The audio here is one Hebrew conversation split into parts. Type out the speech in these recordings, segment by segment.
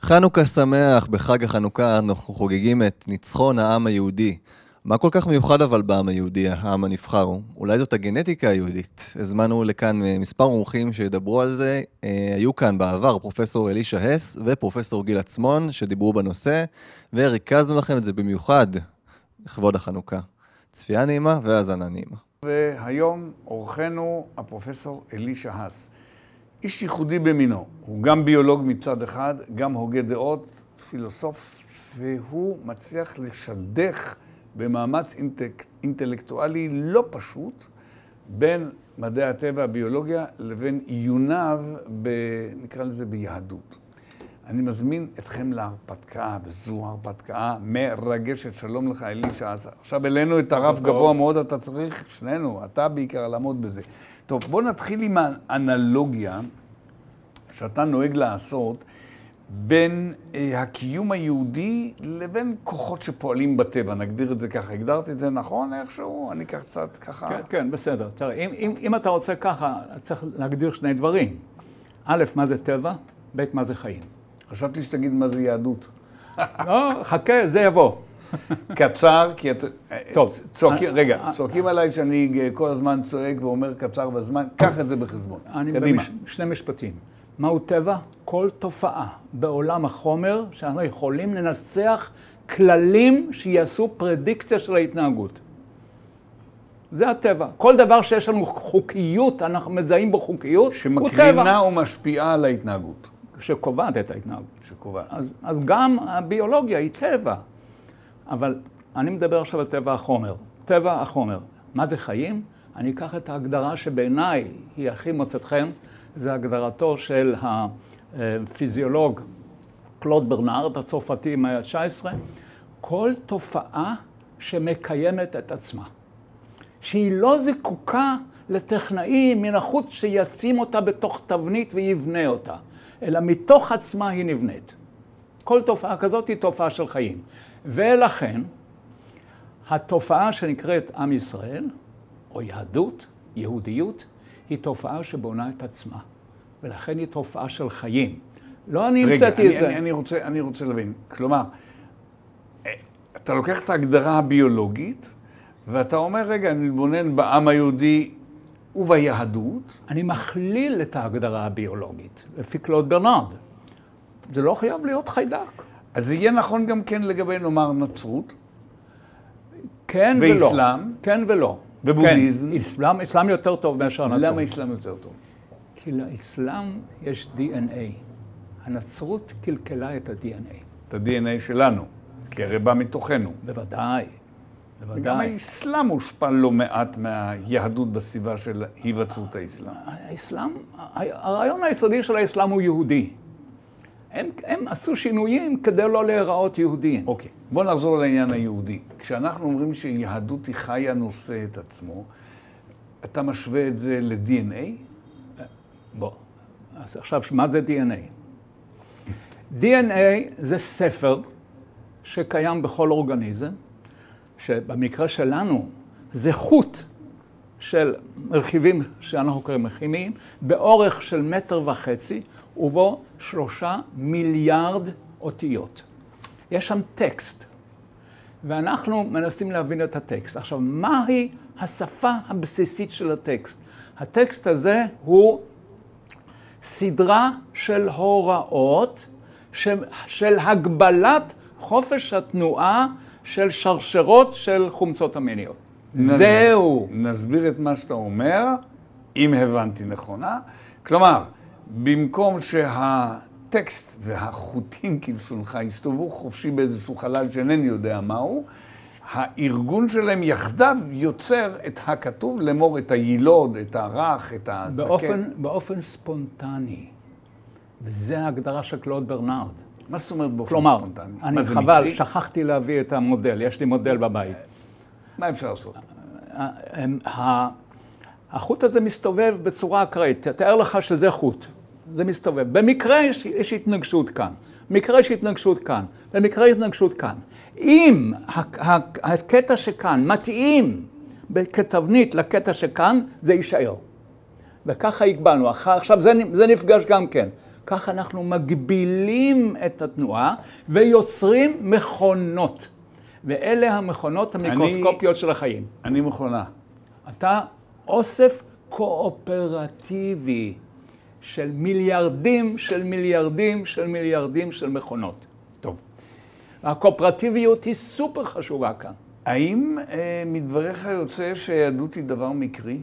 חנוכה שמח, בחג החנוכה אנחנו חוגגים את ניצחון העם היהודי. מה כל כך מיוחד אבל בעם היהודי, העם הנבחר? אולי זאת הגנטיקה היהודית. הזמנו לכאן מספר מומחים שידברו על זה. היו כאן בעבר פרופסור אלישע הס ופרופסור גיל עצמון שדיברו בנושא, וריכזנו לכם את זה במיוחד לכבוד החנוכה. צפייה נעימה והאזנה נעימה. והיום אורחנו הפרופסור אלישע הס. איש ייחודי במינו, הוא גם ביולוג מצד אחד, גם הוגה דעות, פילוסוף, והוא מצליח לשדך במאמץ אינטלקטואלי לא פשוט בין מדעי הטבע, הביולוגיה, לבין עיוניו, נקרא לזה ביהדות. אני מזמין אתכם להרפתקה, וזו הרפתקה מרגשת. שלום לך אלישע. עכשיו אלינו את הרף גבוה מאוד, אתה צריך, שנינו, אתה בעיקר לעמוד בזה. טוב, בוא נתחיל עם האנלוגיה שאתה נוהג לעשות בין הקיום היהודי לבין כוחות שפועלים בטבע. נגדיר את זה ככה. הגדרתי את זה נכון איכשהו? אני קצת ככה... כן, בסדר. תראה, אם אתה רוצה ככה, צריך להגדיר שני דברים. א', מה זה טבע? ב', מה זה חיים. חשבתי שתגיד מה זה יהדות. לא, חכה, זה יבוא. קצר, כי טוב. צועקים עליי שאני כל הזמן צועק ואומר קצר בזמן, קח את זה בחשבון. קדימה. שני משפטים. מהו טבע? כל תופעה בעולם החומר שאנחנו יכולים לנסח כללים שיעשו פרדיקציה של ההתנהגות. זה הטבע. כל דבר שיש לנו חוקיות, אנחנו מזהים בו חוקיות, הוא טבע. שמקרינה ומשפיעה על ההתנהגות. שקובעת את ההתנהגות. שקובעת. אז גם הביולוגיה היא טבע. אבל אני מדבר עכשיו על טבע החומר. טבע החומר. מה זה חיים? אני אקח את ההגדרה שבעיניי היא הכי מוצאת חן, זה הגדרתו של הפיזיולוג קלוד ברנארד, הצרפתי מהמאה ה-19. כל תופעה שמקיימת את עצמה. שהיא לא זקוקה לטכנאי מן החוץ שישים אותה בתוך תבנית ויבנה אותה, אלא מתוך עצמה היא נבנית. כל תופעה כזאת היא תופעה של חיים. ולכן, התופעה שנקראת עם ישראל, או יהדות, יהודיות, היא תופעה שבונה את עצמה. ולכן היא תופעה של חיים. לא אני המצאתי את זה. אני רוצה להבין. כלומר, אתה לוקח את ההגדרה הביולוגית, ואתה אומר, רגע, אני מתבונן בעם היהודי וביהדות. אני מכליל את ההגדרה הביולוגית, לפי קלוד ברנארד. זה לא חייב להיות חיידק. אז זה יהיה נכון גם כן לגבי, נאמר, נצרות. כן ולא. ואסלאם. כן ולא. ובודהיזם. כן, אסלאם יותר טוב מאשר הנצרות. למה אסלאם יותר טוב? כי לאסלאם יש DNA. הנצרות קלקלה את ה-DNA. את ה-DNA שלנו, כי הרי בא מתוכנו. בוודאי. וגם האסלאם הושפע לא מעט מהיהדות בסביבה של היווצרות האסלאם. האסלאם, הרעיון היסודי של האסלאם הוא יהודי. הם עשו שינויים כדי לא להיראות יהודיים. אוקיי, בוא נחזור לעניין היהודי. כשאנחנו אומרים שיהדות היא חיה נושא את עצמו, אתה משווה את זה ל-DNA? בוא, אז עכשיו, מה זה DNA? DNA זה ספר שקיים בכל אורגניזם, שבמקרה שלנו זה חוט של מרכיבים שאנחנו קוראים כימיים, באורך של 1.5 מטר, ובו 3 מיליארד אותיות. יש שם טקסט, ואנחנו מנסים להבין את הטקסט. עכשיו, מהי השפה הבסיסית של הטקסט? הטקסט הזה הוא סדרה של הוראות של הגבלת חופש התנועה של שרשרות של חומצות אמיניות. זהו. נסביר את מה שאתה אומר, אם הבנתי נכונה. כלומר, במקום שהטקסט והחוטים כלשונך יסתובבו חופשי באיזשהו חלל שאינני יודע מהו, הארגון שלהם יחדיו יוצר את הכתוב, לאמור את הילוד, את הרך, את הזקן. באופן ספונטני. וזה ההגדרה של קלוד ברנארד. מה זאת אומרת באופן ספונטני? כלומר, אני חבל, שכחתי להביא את המודל, יש לי מודל בבית. מה אפשר לעשות? החוט הזה מסתובב בצורה אקראית, תאר לך שזה חוט, זה מסתובב. במקרה יש התנגשות כאן, במקרה יש התנגשות כאן, במקרה יש התנגשות כאן. אם הקטע שכאן מתאים כתבנית לקטע שכאן, זה יישאר. וככה הגבלנו. עכשיו זה נפגש גם כן. כך אנחנו מגבילים את התנועה ויוצרים מכונות. ואלה המכונות המיקרוסקופיות של החיים. אני מכונה. אתה אוסף קואופרטיבי של מיליארדים של מיליארדים של מיליארדים של מכונות. טוב. הקואופרטיביות היא סופר חשובה כאן. האם מדבריך יוצא שהיהדות היא דבר מקרי?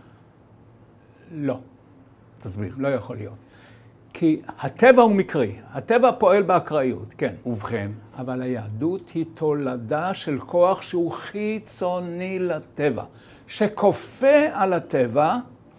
לא. תסביר. לא יכול להיות. כי הטבע הוא מקרי, הטבע פועל באקראיות, כן. ובכן. אבל היהדות היא תולדה של כוח שהוא חיצוני לטבע, שכופה על הטבע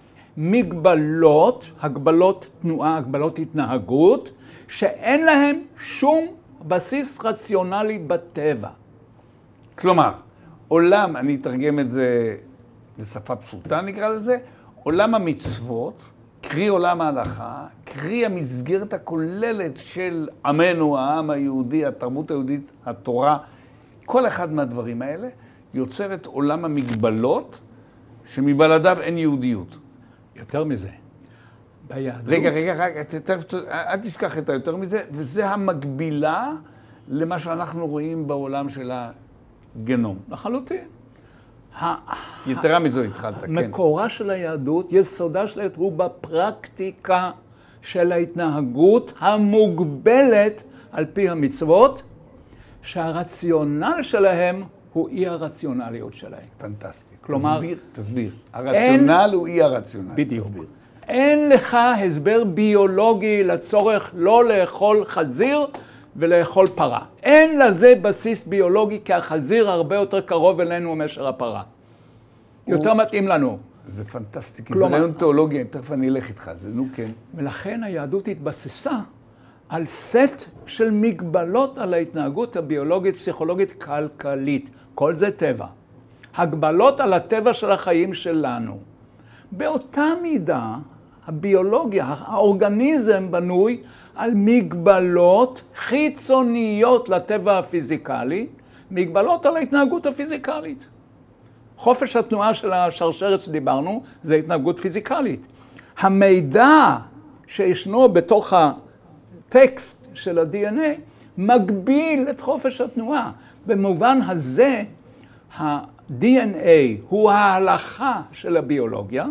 מגבלות, הגבלות תנועה, הגבלות התנהגות, שאין להם שום בסיס רציונלי בטבע. כלומר, עולם, אני אתרגם את זה לשפה פשוטה, נקרא לזה, עולם המצוות, קרי עולם ההלכה, קרי המסגרת הכוללת של עמנו, העם היהודי, התרבות היהודית, התורה, כל אחד מהדברים האלה יוצר את עולם המגבלות שמבלעדיו אין יהודיות. יותר מזה, ביהדות... רגע, אל תשכח את היותר מזה, וזה המקבילה למה שאנחנו רואים בעולם של הגנום. לחלוטין. יתרה מזו התחלת, כן. מקורה של היהדות, יסודה של היהדות הוא בפרקטיקה של ההתנהגות המוגבלת על פי המצוות, שהרציונל שלהם הוא אי הרציונליות שלהם. פנטסטי. כלומר, תסביר. הרציונל הוא אי הרציונל. בדיוק. תסביר. אין לך הסבר ביולוגי לצורך לא לאכול חזיר ולאכול פרה. אין לזה בסיס ביולוגי, כי החזיר הרבה יותר קרוב אלינו מאשר הפרה. יותר מתאים לנו. זה פנטסטי, כי זה רעיון תיאולוגי, תכף אני אלך איתך על זה, נו כן. ולכן היהדות התבססה על סט של מגבלות על ההתנהגות הביולוגית, פסיכולוגית, כלכלית. כל זה טבע. הגבלות על הטבע של החיים שלנו. באותה מידה, הביולוגיה, האורגניזם בנוי על מגבלות חיצוניות לטבע הפיזיקלי, מגבלות על ההתנהגות הפיזיקלית. חופש התנועה של השרשרת שדיברנו, זה התנהגות פיזיקלית. המידע שישנו בתוך הטקסט של ה-DNA, מגביל את חופש התנועה. במובן הזה, ה-DNA הוא ההלכה של הביולוגיה,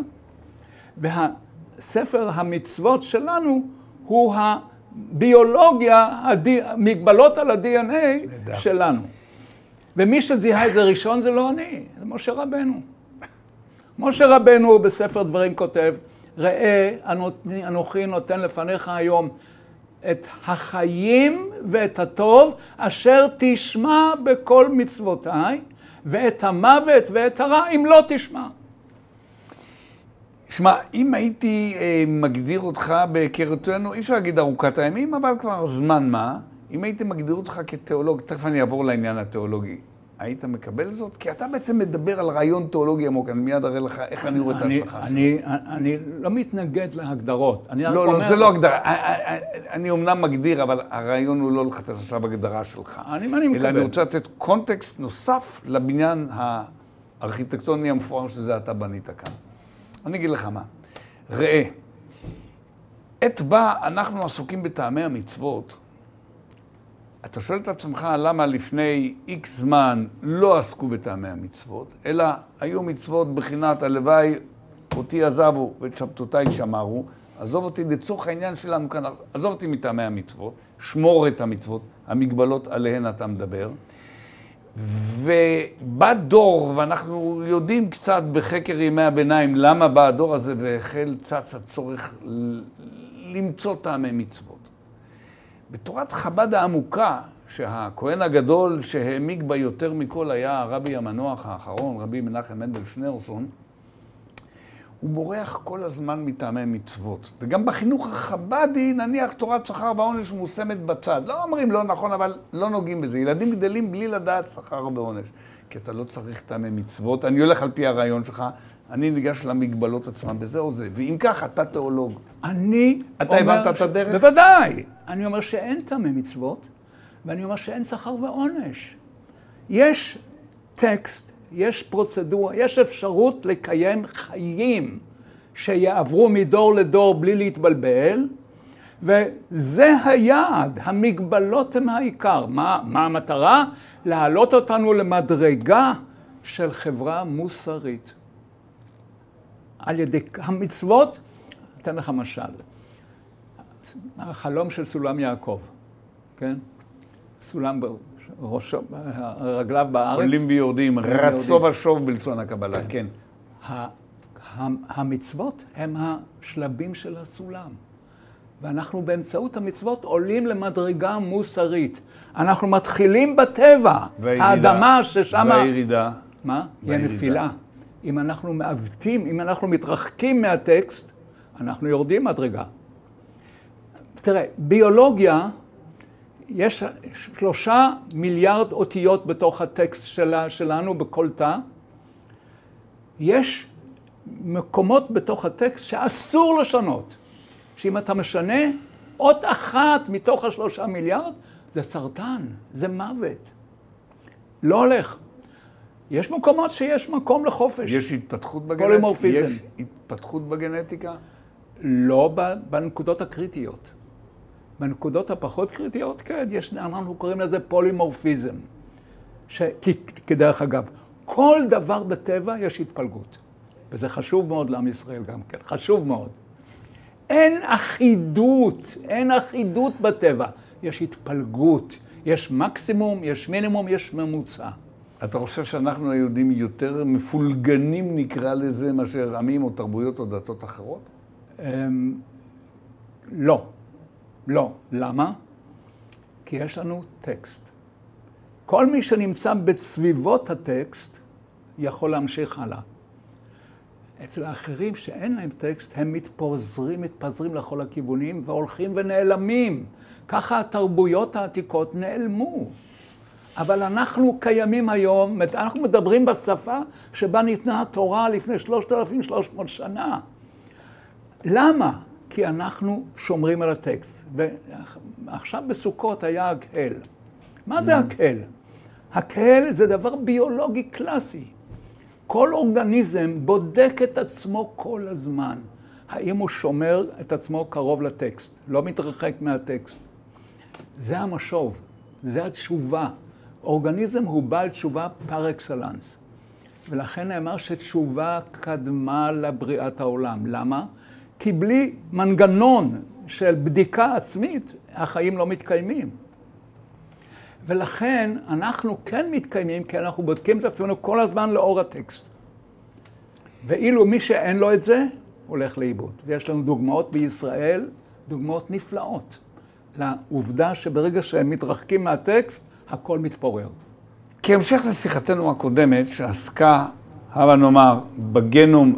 והספר המצוות שלנו הוא הביולוגיה, מגבלות על ה-DNA שלנו. ומי שזיהה את זה ראשון זה לא אני, זה משה רבנו. משה רבנו בספר דברים כותב, ראה, אנוכי נותן לפניך היום את החיים ואת הטוב, אשר תשמע בכל מצוותיי, ואת המוות ואת הרע, אם לא תשמע. שמע, אם הייתי מגדיר אותך בהיכרותנו, אי אפשר להגיד ארוכת הימים, אבל כבר זמן מה, אם הייתי מגדיר אותך כתיאולוג, תכף אני אעבור לעניין התיאולוגי, היית מקבל זאת? כי אתה בעצם מדבר על רעיון תיאולוגי עמוק, אני מיד אראה לך איך אני רואה את ההשלכה שלו. אני לא מתנגד להגדרות. לא, זה לא הגדרה. אני אומנם מגדיר, אבל הרעיון הוא לא לחפש עכשיו הגדרה שלך. אני מקבל. אלא אני רוצה לתת קונטקסט נוסף לבניין הארכיטקטוני המפואר שזה אתה בנית כאן. אני אגיד לך מה. ראה, עת בה אנחנו עסוקים בטעמי המצוות, אתה שואל את עצמך למה לפני X זמן לא עסקו בטעמי המצוות, אלא היו מצוות בחינת הלוואי אותי עזבו ואת שבתותיי שמרו, עזוב אותי לצורך העניין שלנו כאן, עזוב אותי מטעמי המצוות, שמור את המצוות, המגבלות עליהן אתה מדבר. ובא דור, ואנחנו יודעים קצת בחקר ימי הביניים למה בא הדור הזה, והחל צץ הצורך למצוא טעמי מצוות. בתורת חב"ד העמוקה, שהכהן הגדול שהעמיק בה יותר מכל היה הרבי המנוח האחרון, רבי מנחם מנדל שניאורסון, הוא בורח כל הזמן מטעמי מצוות. וגם בחינוך החב"די, נניח תורת שכר ועונש מושמת בצד. לא אומרים לא נכון, אבל לא נוגעים בזה. ילדים גדלים בלי לדעת שכר ועונש. כי אתה לא צריך טעמי מצוות. אני הולך על פי הרעיון שלך, אני ניגש למגבלות עצמם בזה או זה. ואם כך, אתה תיאולוג. אתה הבנת את הדרך? בוודאי. אני אומר שאין טעמי מצוות, ואני אומר שאין שכר ועונש. יש טקסט, יש פרוצדורה, יש אפשרות לקיים חיים שיעברו מדור לדור בלי להתבלבל, וזה היעד, המגבלות הן העיקר. מה המטרה? להעלות אותנו למדרגה של חברה מוסרית. על ידי המצוות, אתן לך משל. החלום של סולם יעקב, כן? סולם בראשו, רגליו בארץ. עולים ויורדים, רצו ושוב בלשון הקבלה, כן. המצוות הם השלבים של הסולם. ואנחנו באמצעות המצוות עולים למדרגה מוסרית. אנחנו מתחילים בטבע. האדמה ששם... והירידה. מה? היא הנפילה. אם אנחנו מעוותים, אם אנחנו מתרחקים מהטקסט, אנחנו יורדים מדרגה. תראה, ביולוגיה, יש 3 מיליארד אותיות בתוך הטקסט שלנו בכל תא. יש מקומות בתוך הטקסט שאסור לשנות. שאם אתה משנה אות אחת מתוך 3 מיליארד, זה סרטן, זה מוות. לא הולך. יש מקומות שיש מקום לחופש. יש התפתחות בגנטיקה? פולימורפיזם. יש התפתחות בגנטיקה? לא בנקודות הקריטיות. בנקודות הפחות קריטיות, כן, אנחנו קוראים לזה פולימורפיזם. כדרך אגב, כל דבר בטבע יש התפלגות. וזה חשוב מאוד לעם ישראל גם כן, חשוב מאוד. אין אחידות בטבע. יש התפלגות, יש מקסימום, יש מינימום, יש ממוצע. אתה חושב שאנחנו היהודים יותר מפולגנים, נקרא לזה, מאשר עמים או תרבויות או דתות אחרות? לא. לא. למה? כי יש לנו טקסט. כל מי שנמצא בסביבות הטקסט יכול להמשיך הלאה. אצל האחרים שאין להם טקסט, הם מתפזרים לכל הכיוונים והולכים ונעלמים. ככה התרבויות העתיקות נעלמו. אבל אנחנו קיימים היום, אנחנו מדברים בשפה שבה ניתנה התורה לפני 3,300 שנה. למה? כי אנחנו שומרים על הטקסט. ועכשיו בסוכות היה הקהל. מה זה הקהל? הקהל זה דבר ביולוגי קלאסי. כל אורגניזם בודק את עצמו כל הזמן. האם הוא שומר את עצמו קרוב לטקסט, לא מתרחק מהטקסט. זה המשוב, זה התשובה. אורגניזם הוא בעל תשובה פר אקסלנס. ולכן נאמר שתשובה קדמה לבריאת העולם. למה? כי בלי מנגנון של בדיקה עצמית, החיים לא מתקיימים. ולכן אנחנו כן מתקיימים, כי אנחנו בודקים את עצמנו כל הזמן לאור הטקסט. ואילו מי שאין לו את זה, הולך לאיבוד. ויש לנו דוגמאות בישראל, דוגמאות נפלאות, לעובדה שברגע שהם מתרחקים מהטקסט, הכל מתפורר. כהמשך לשיחתנו הקודמת, שעסקה, הבה נאמר, בגנום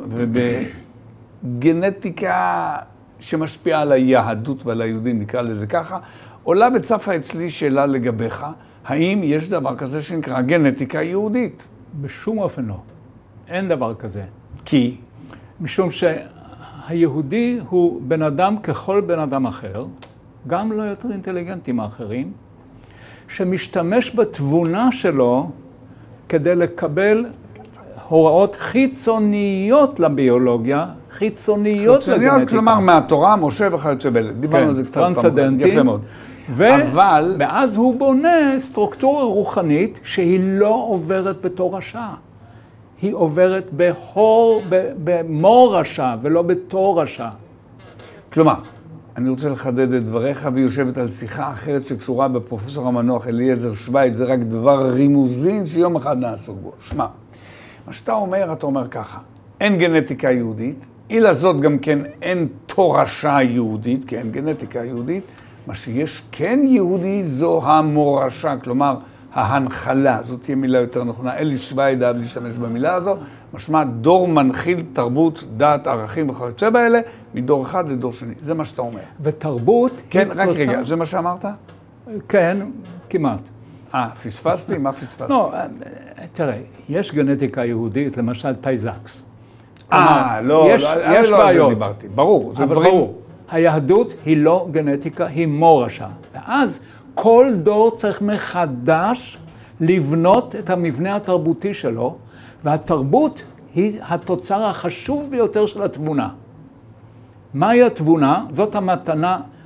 ובגנטיקה שמשפיעה על היהדות ועל היהודים, נקרא לזה ככה, עולה בצפה אצלי שאלה לגביך, האם יש דבר כזה שנקרא גנטיקה יהודית? בשום אופן לא. אין דבר כזה. כי? משום שהיהודי הוא בן אדם ככל בן אדם אחר, גם לא יותר אינטליגנטי מאחרים, שמשתמש בתבונה שלו כדי לקבל הוראות חיצוניות לביולוגיה, חיצוניות לגנטיקה. כלומר, מהתורה, משה וכיוצא באלה. דיברנו על זה קצת פעם. טרנסדנטי. יפה מאוד. אבל... ואז הוא בונה סטרוקטורה רוחנית שהיא לא עוברת בתור רשע. היא עוברת במור רשע ולא בתור רשע. כלומר, אני רוצה לחדד את דבריך, והיא יושבת על שיחה אחרת שקשורה בפרופסור המנוח אליעזר שווייץ, זה רק דבר רימוזין שיום אחד נעסוק בו. שמע, מה שאתה אומר, אתה אומר ככה, אין גנטיקה יהודית, אלא זאת גם כן אין תורשה יהודית, כי אין גנטיקה יהודית, מה שיש כן יהודי זו המורשה, כלומר ההנחלה, זאת תהיה מילה יותר נכונה, אלי שווייץ אהב להשתמש במילה הזו, משמע דור מנחיל תרבות, דת, ערכים וכיוצא באלה, מדור אחד לדור שני. זה מה שאתה אומר. ותרבות... כן, רק רגע, זה מה שאמרת? כן, כמעט. פספסתי? מה פספסתי? לא, תראה, יש גנטיקה יהודית, למשל טייזקס. לא, יש בעיות. דיברתי. ברור, זה אבל דברים... ברור, היהדות היא לא גנטיקה, היא מורשה. ואז כל דור צריך מחדש לבנות את המבנה התרבותי שלו, והתרבות היא התוצר החשוב ביותר של התבונה. מהי התבונה? זאת המתנה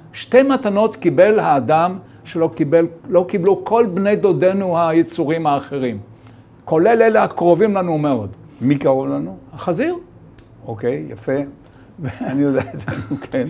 שתי מתנות קיבל האדם שלא קיבלו כל בני דודינו היצורים האחרים. כולל אלה הקרובים לנו מאוד. מי קרוב לנו? החזיר. אוקיי, יפה. אני יודע את זה, כן.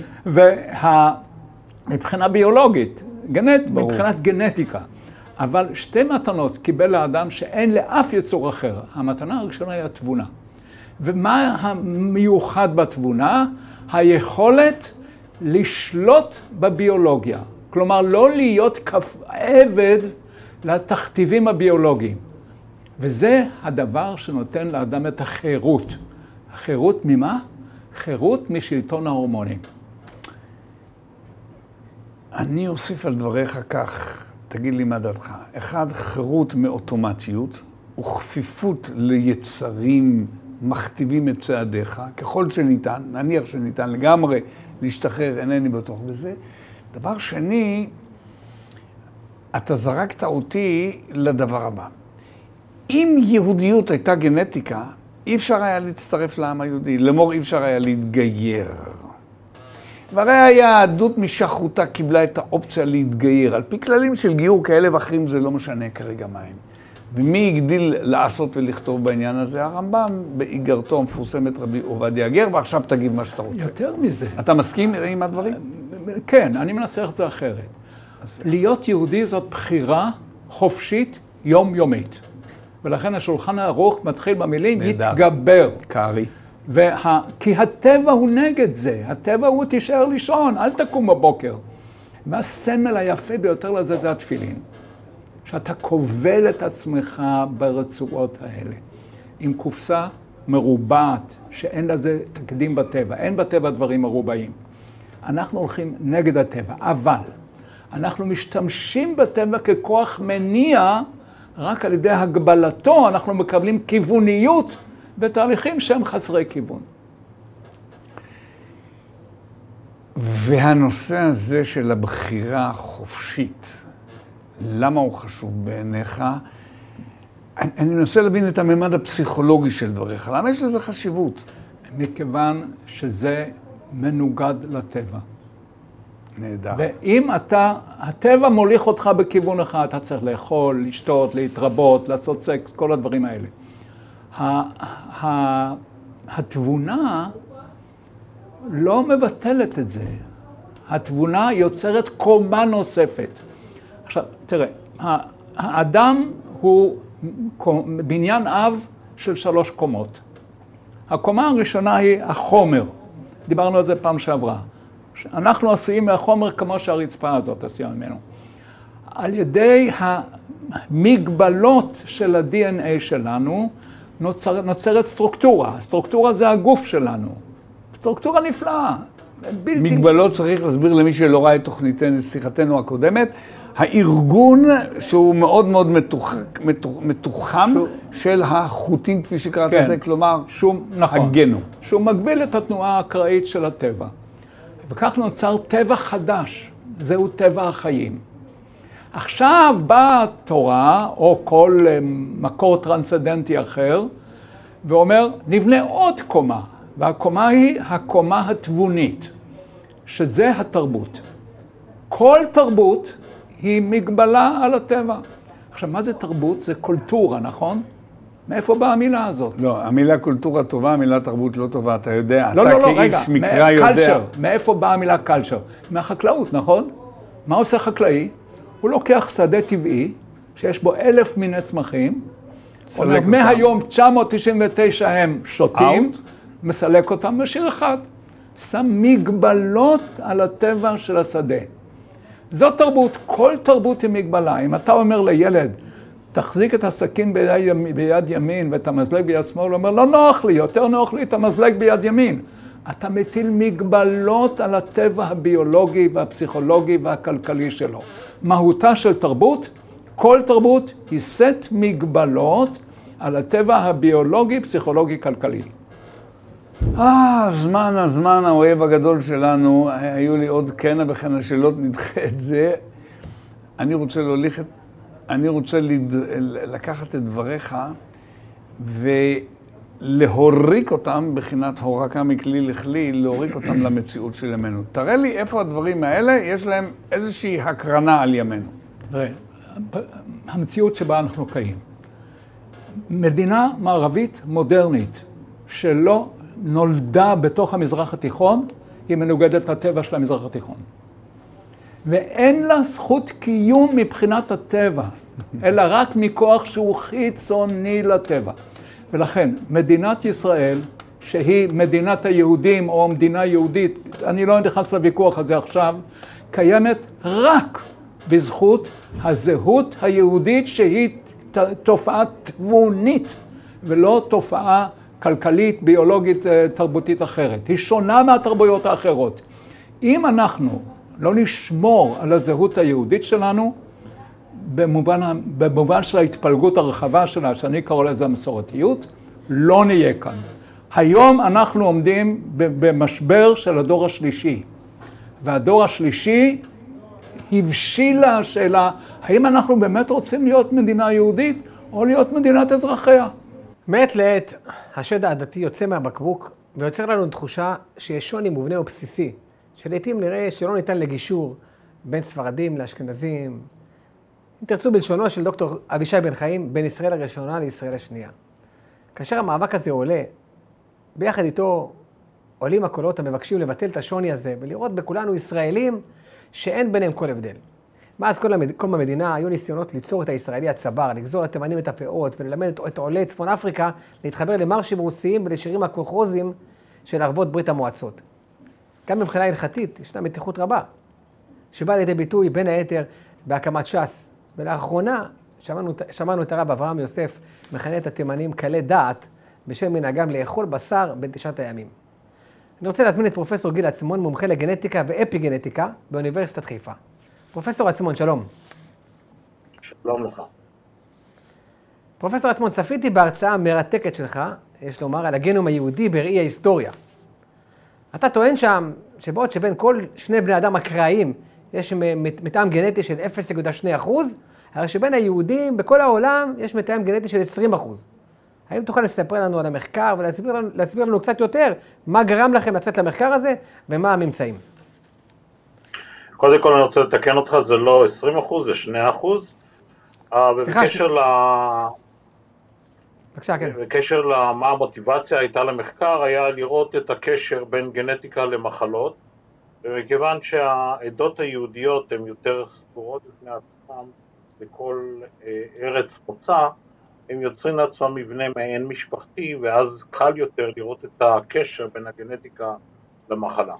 מבחינה ביולוגית, מבחינת גנטיקה. אבל שתי מתנות קיבל האדם שאין לאף יצור אחר. המתנה הראשונה היא התבונה. ומה המיוחד בתבונה? היכולת לשלוט בביולוגיה. כלומר, לא להיות עבד לתכתיבים הביולוגיים. וזה הדבר שנותן לאדם את החירות. החירות ממה? חירות משלטון ההורמונים. אני אוסיף על דבריך כך, תגיד לי מה דעתך. אחד, חירות מאוטומטיות וכפיפות ליצרים מכתיבים את צעדיך, ככל שניתן, נניח שניתן לגמרי להשתחרר, אינני בטוח בזה. דבר שני, אתה זרקת אותי לדבר הבא. אם יהודיות הייתה גנטיקה, אי אפשר היה להצטרף לעם היהודי, לאמור אי אפשר היה להתגייר. והרי היהדות משחרותה קיבלה את האופציה להתגייר. על פי כללים של גיור כאלה ואחרים זה לא משנה כרגע מה הם. ומי הגדיל לעשות ולכתוב בעניין הזה? הרמב"ם באיגרתו המפורסמת רבי עובדיה הגר, ועכשיו תגיד מה שאתה רוצה. יותר מזה. אתה מסכים עם הדברים? כן, אני מנסח את זה אחרת. להיות יהודי זאת בחירה חופשית יומיומית. ולכן השולחן הערוך מתחיל במילים התגבר. קרי. כי הטבע הוא נגד זה. הטבע הוא תישאר לישון, אל תקום בבוקר. והסמל היפה ביותר לזה זה התפילין. שאתה כובל את עצמך ברצועות האלה. עם קופסה מרובעת, שאין לזה תקדים בטבע. אין בטבע דברים מרובעים. אנחנו הולכים נגד הטבע, אבל אנחנו משתמשים בטבע ככוח מניע, רק על ידי הגבלתו אנחנו מקבלים כיווניות בתהליכים שהם חסרי כיוון. והנושא הזה של הבחירה החופשית, למה הוא חשוב בעיניך? אני מנסה להבין את הממד הפסיכולוגי של דבריך. למה יש לזה חשיבות? מכיוון שזה מנוגד לטבע. נהדר. ואם הטבע מוליך אותך בכיוון אחד, אתה צריך לאכול, לשתות, להתרבות, לעשות סקס, כל הדברים האלה. התבונה לא מבטלת את זה. התבונה יוצרת קומה נוספת. עכשיו, תראה, האדם הוא בניין אב של 3 קומות. הקומה הראשונה היא החומר. דיברנו על זה פעם שעברה. אנחנו עשויים מהחומר כמו שהרצפה הזאת עשויה ממנו. על ידי המגבלות של ה-DNA שלנו נוצרת סטרוקטורה. הסטרוקטורה זה הגוף שלנו. סטרוקטורה נפלאה. מגבלות צריך להסביר למי שלא ראה את שיחתנו הקודמת. הארגון שהוא מאוד מאוד מתוחם של החוטים, כפי שקראת לזה, כלומר, הגנו. שהוא מגביל את התנועה האקראית של הטבע. וכך נוצר טבע חדש, זהו טבע החיים. עכשיו באה התורה, או כל מקור טרנסצנדנטי אחר, ואומר, נבנה עוד קומה, והקומה היא הקומה התבונית, שזה התרבות. כל תרבות היא מגבלה על הטבע. עכשיו, מה זה תרבות? זה קולטורה, נכון? מאיפה באה המילה הזאת? לא, המילה קולטורה טובה, המילה תרבות לא טובה, אתה יודע. לא, אתה לא, רגע, כאיש מקרא יודע. מאיפה באה המילה קלצ'ר? מהחקלאות, נכון? מה עושה חקלאי? הוא לוקח שדה טבעי, שיש בו 1,000 מיני צמחים, מהיום 999 הם שותים, מסלק אותם, משאיר אחד. שם מגבלות על הטבע של השדה. זאת תרבות, כל תרבות היא מגבלה. אם אתה אומר לילד, תחזיק את הסכין ביד ימין ואת המזלג ביד שמאל, הוא אומר, לא נוח לי, יותר נוח לי את המזלג ביד ימין. אתה מטיל מגבלות על הטבע הביולוגי והפסיכולוגי והכלכלי שלו. מהותה של תרבות, כל תרבות היא סט מגבלות על הטבע הביולוגי, פסיכולוגי, כלכלי. הזמן, האויב הגדול שלנו, היו לי עוד כנה וכן השאלות, נדחה את זה. אני רוצה לקחת את דבריך להוריק אותם, בחינת הורקה מכלי לכלי, להוריק אותם למציאות של ימינו. תראה לי איפה הדברים האלה, יש להם איזושהי הקרנה על ימינו. תראה, המציאות שבה אנחנו חיים. מדינה מערבית מודרנית, שלא נולדה בתוך המזרח התיכון, היא מנוגדת לטבע של המזרח התיכון. ואין לה זכות קיום מבחינת הטבע, אלא רק מכוח שהוא חיצוני לטבע. ולכן, מדינת ישראל, שהיא מדינת היהודים או מדינה יהודית, אני לא נכנס לוויכוח הזה עכשיו, קיימת רק בזכות הזהות היהודית שהיא תופעה תבונית, ולא תופעה כלכלית, ביולוגית, תרבותית אחרת. היא שונה מהתרבויות האחרות. אם אנחנו לא נשמור על הזהות היהודית שלנו, במובן של ההתפלגות הרחבה שלה, שאני קורא לזה המסורתיות, לא נהיה כאן. היום אנחנו עומדים במשבר של הדור השלישי, והדור השלישי הבשילה השאלה, האם אנחנו באמת רוצים להיות מדינה יהודית, או להיות מדינת אזרחיה? מעת לעת, השד העדתי יוצא מהבקבוק, ויוצר לנו תחושה שיש שוני מובנה או בסיסי, שלעיתים נראה שלא ניתן לגישור בין ספרדים לאשכנזים, אם תרצו בלשונו של דוקטור אבישי בן חיים, בין ישראל הראשונה לישראל השנייה. כאשר המאבק הזה עולה, ביחד איתו עולים הקולות המבקשים לבטל את השוני הזה, ולראות בכולנו ישראלים שאין ביניהם כל הבדל. מאז קום המדינה היו ניסיונות ליצור את הישראלי הצבר, לגזור לתימנים את הפאות וללמד את עולי צפון אפריקה להתחבר למרשים רוסיים ולשירים הקולחוזיים של ערבות ברית המועצות. גם מבחינה הלכתית ישנה מתיחות רבה, שבאה לידי ביטוי בין היתר בהקמת ש"ס. ולאחרונה שמענו את הרב אברהם יוסף מכנה את התימנים קלי דעת בשם מנהגם לאכול בשר בתשעת הימים. אני רוצה להזמין את פרופסור גיל עצמון, מומחה לגנטיקה ואפיגנטיקה באוניברסיטת חיפה. פרופסור עצמון, שלום. שלום לך. פרופסור עצמון, צפיתי בהרצאה מרתקת שלך, יש לומר, על הגנום היהודי בראי ההיסטוריה. אתה טוען שם שבעוד שבין כל שני בני אדם אקראיים יש מטעם גנטי של 0.2%, הרי שבין היהודים בכל העולם יש מטעם גנטי של 20%. האם תוכל לספר לנו על המחקר ולהסביר לנו קצת יותר מה גרם לכם לצאת למחקר הזה ומה הממצאים? קודם כל אני רוצה לתקן אותך, זה לא 20%, זה 2%. בקשר למה המוטיבציה הייתה למחקר, היה לראות את הקשר בין גנטיקה למחלות, ומכיוון שהעדות היהודיות הן יותר סגורות בפני עצמם בכל ארץ מוצא, הם יוצרים לעצמם מבנה מעין משפחתי, ואז קל יותר לראות את הקשר בין הגנטיקה למחלה.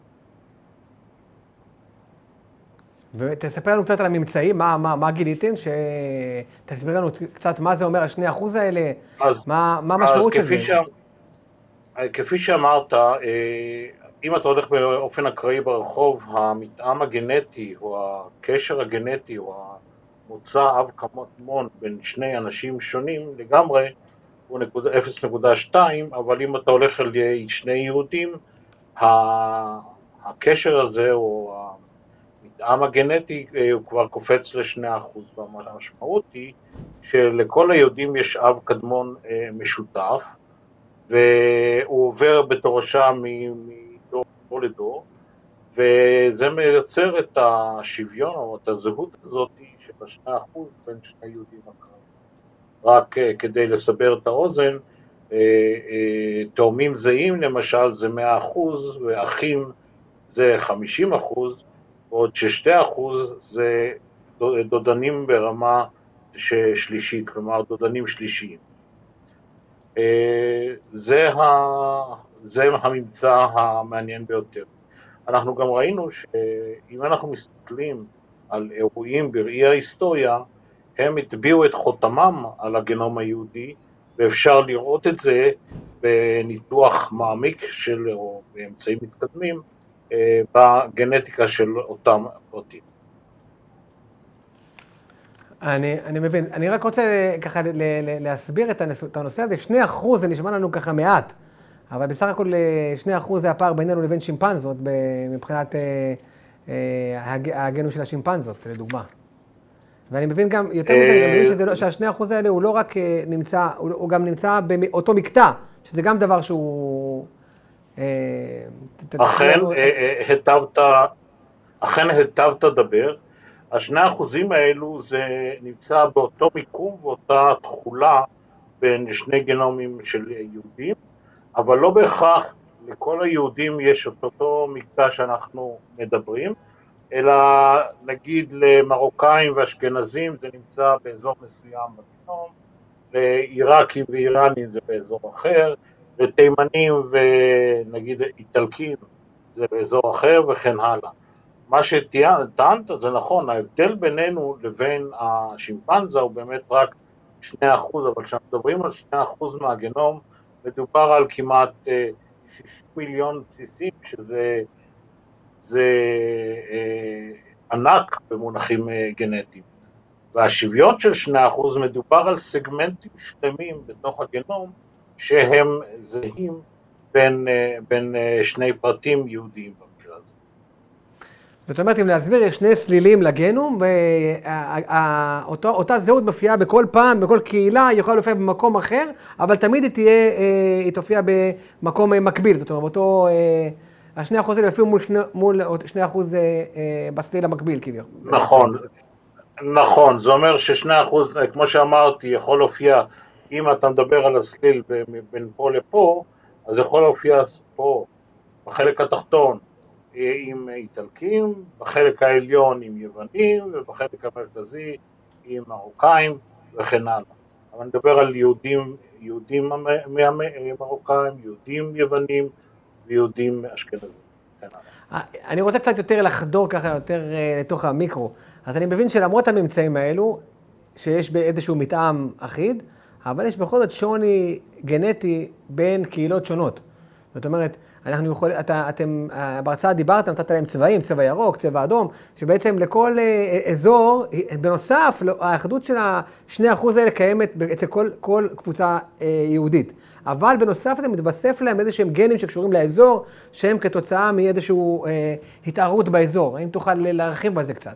ותספר לנו קצת על הממצאים, מה גיליתם? תסביר לנו קצת מה זה אומר ה2% האלה, מה המשמעות של זה? כפי שאמרת, אם אתה הולך באופן אקראי ברחוב, המטעם הגנטי או הקשר הגנטי או המוצא אב כמון בין שני אנשים שונים לגמרי הוא 0.2, אבל אם אתה הולך על שני יהודים, הקשר הזה או המטעם הגנטי הוא כבר קופץ ל2%. והמשמעות היא שלכל היהודים יש אב קדמון משותף, והוא עובר בתורשה מדור לדור, וזה מייצר את השוויון או את הזהות הזאת של 2% בין שני יהודים אחרים. רק כדי לסבר את האוזן, תאומים זהים למשל זה 100%, ואחים זה 50%, ועוד ש2% זה דודנים ברמה שלישית, כלומר דודנים שלישיים. זה הממצא המעניין ביותר. אנחנו גם ראינו שאם אנחנו מסתכלים על אירועים בראי ההיסטוריה, הם הטביעו את חותמם על הגנום היהודי, ואפשר לראות את זה בניתוח מעמיק או באמצעים מתקדמים בגנטיקה של אותם פרטים. אני מבין. אני רק רוצה ככה להסביר את הנושא הזה. 2% זה נשמע לנו ככה מעט, אבל בסך הכל 2% זה הפער בינינו לבין שימפנזות, מבחינת הגנום של השימפנזות, לדוגמה. ואני מבין גם, יותר מזה, אני גם מבין שה2% האלה הוא לא רק נמצא, הוא גם נמצא באותו מקטע. שזה גם דבר שהוא... אכן היטבת לדבר. 2% האלו זה נמצא באותו מיקום ואותה תחולה בין שני גנומים של יהודים, אבל לא בהכרח לכל היהודים יש אותו מקטע שאנחנו מדברים, אלא נגיד למרוקאים ואשכנזים זה נמצא באזור מסוים בגנום, לעיראקים ואיראנים זה באזור אחר, לתימנים ונגיד איטלקים זה באזור אחר וכן הלאה. מה שטענת זה נכון, ההבדל בינינו לבין השימפנזה הוא באמת רק 2%, אבל כשאנחנו מדברים על 2% מהגנום, מדובר על כמעט 60 מיליון בסיסים, שזה ענק במונחים גנטיים. והשוויון של 2% מדובר על סגמנטים שלמים בתוך הגנום, שהם זהים בין שני פרטים יהודיים במקרה הזה. זאת אומרת, אם להסביר, יש שני סלילים לגנום, ואותה זהות מופיעה בכל פעם, בכל קהילה, היא יכולה להופיע במקום אחר, אבל תמיד היא תופיע במקום מקביל. זאת אומרת, אותו... 2% האלה יופיעו מול 2% בסליל המקביל, כביכול. נכון. זה אומר ש2%, כמו שאמרתי, יכול להופיע, אם אתה מדבר על הסליל בין פה לפה, אז יכול להופיע פה, בחלק התחתון, עם איטלקים, בחלק העליון עם יוונים, ובחלק המרכזי עם מרוקאים וכן הלאה. אבל נדבר על יהודים מרוקאים, יהודים יוונים ויהודים אשכנזים. אני רוצה קצת יותר לחדור ככה, יותר לתוך המיקרו. אז אני מבין שלמרות הממצאים האלו, שיש באיזשהו מטעם אחיד, אבל יש בכל זאת שוני גנטי בין קהילות שונות. זאת אומרת, אנחנו יכולים, אתם בהרצאה דיברת, נתת להם צבעים, צבע ירוק, צבע אדום, שבעצם לכל אזור, בנוסף, האחדות של 2% האלה קיימת אצל כל קבוצה יהודית. אבל בנוסף, אתם מתווסף להם איזשהם גנים שקשורים לאזור, שהם כתוצאה מאיזשהו התערות באזור. האם תוכל להרחיב בזה קצת?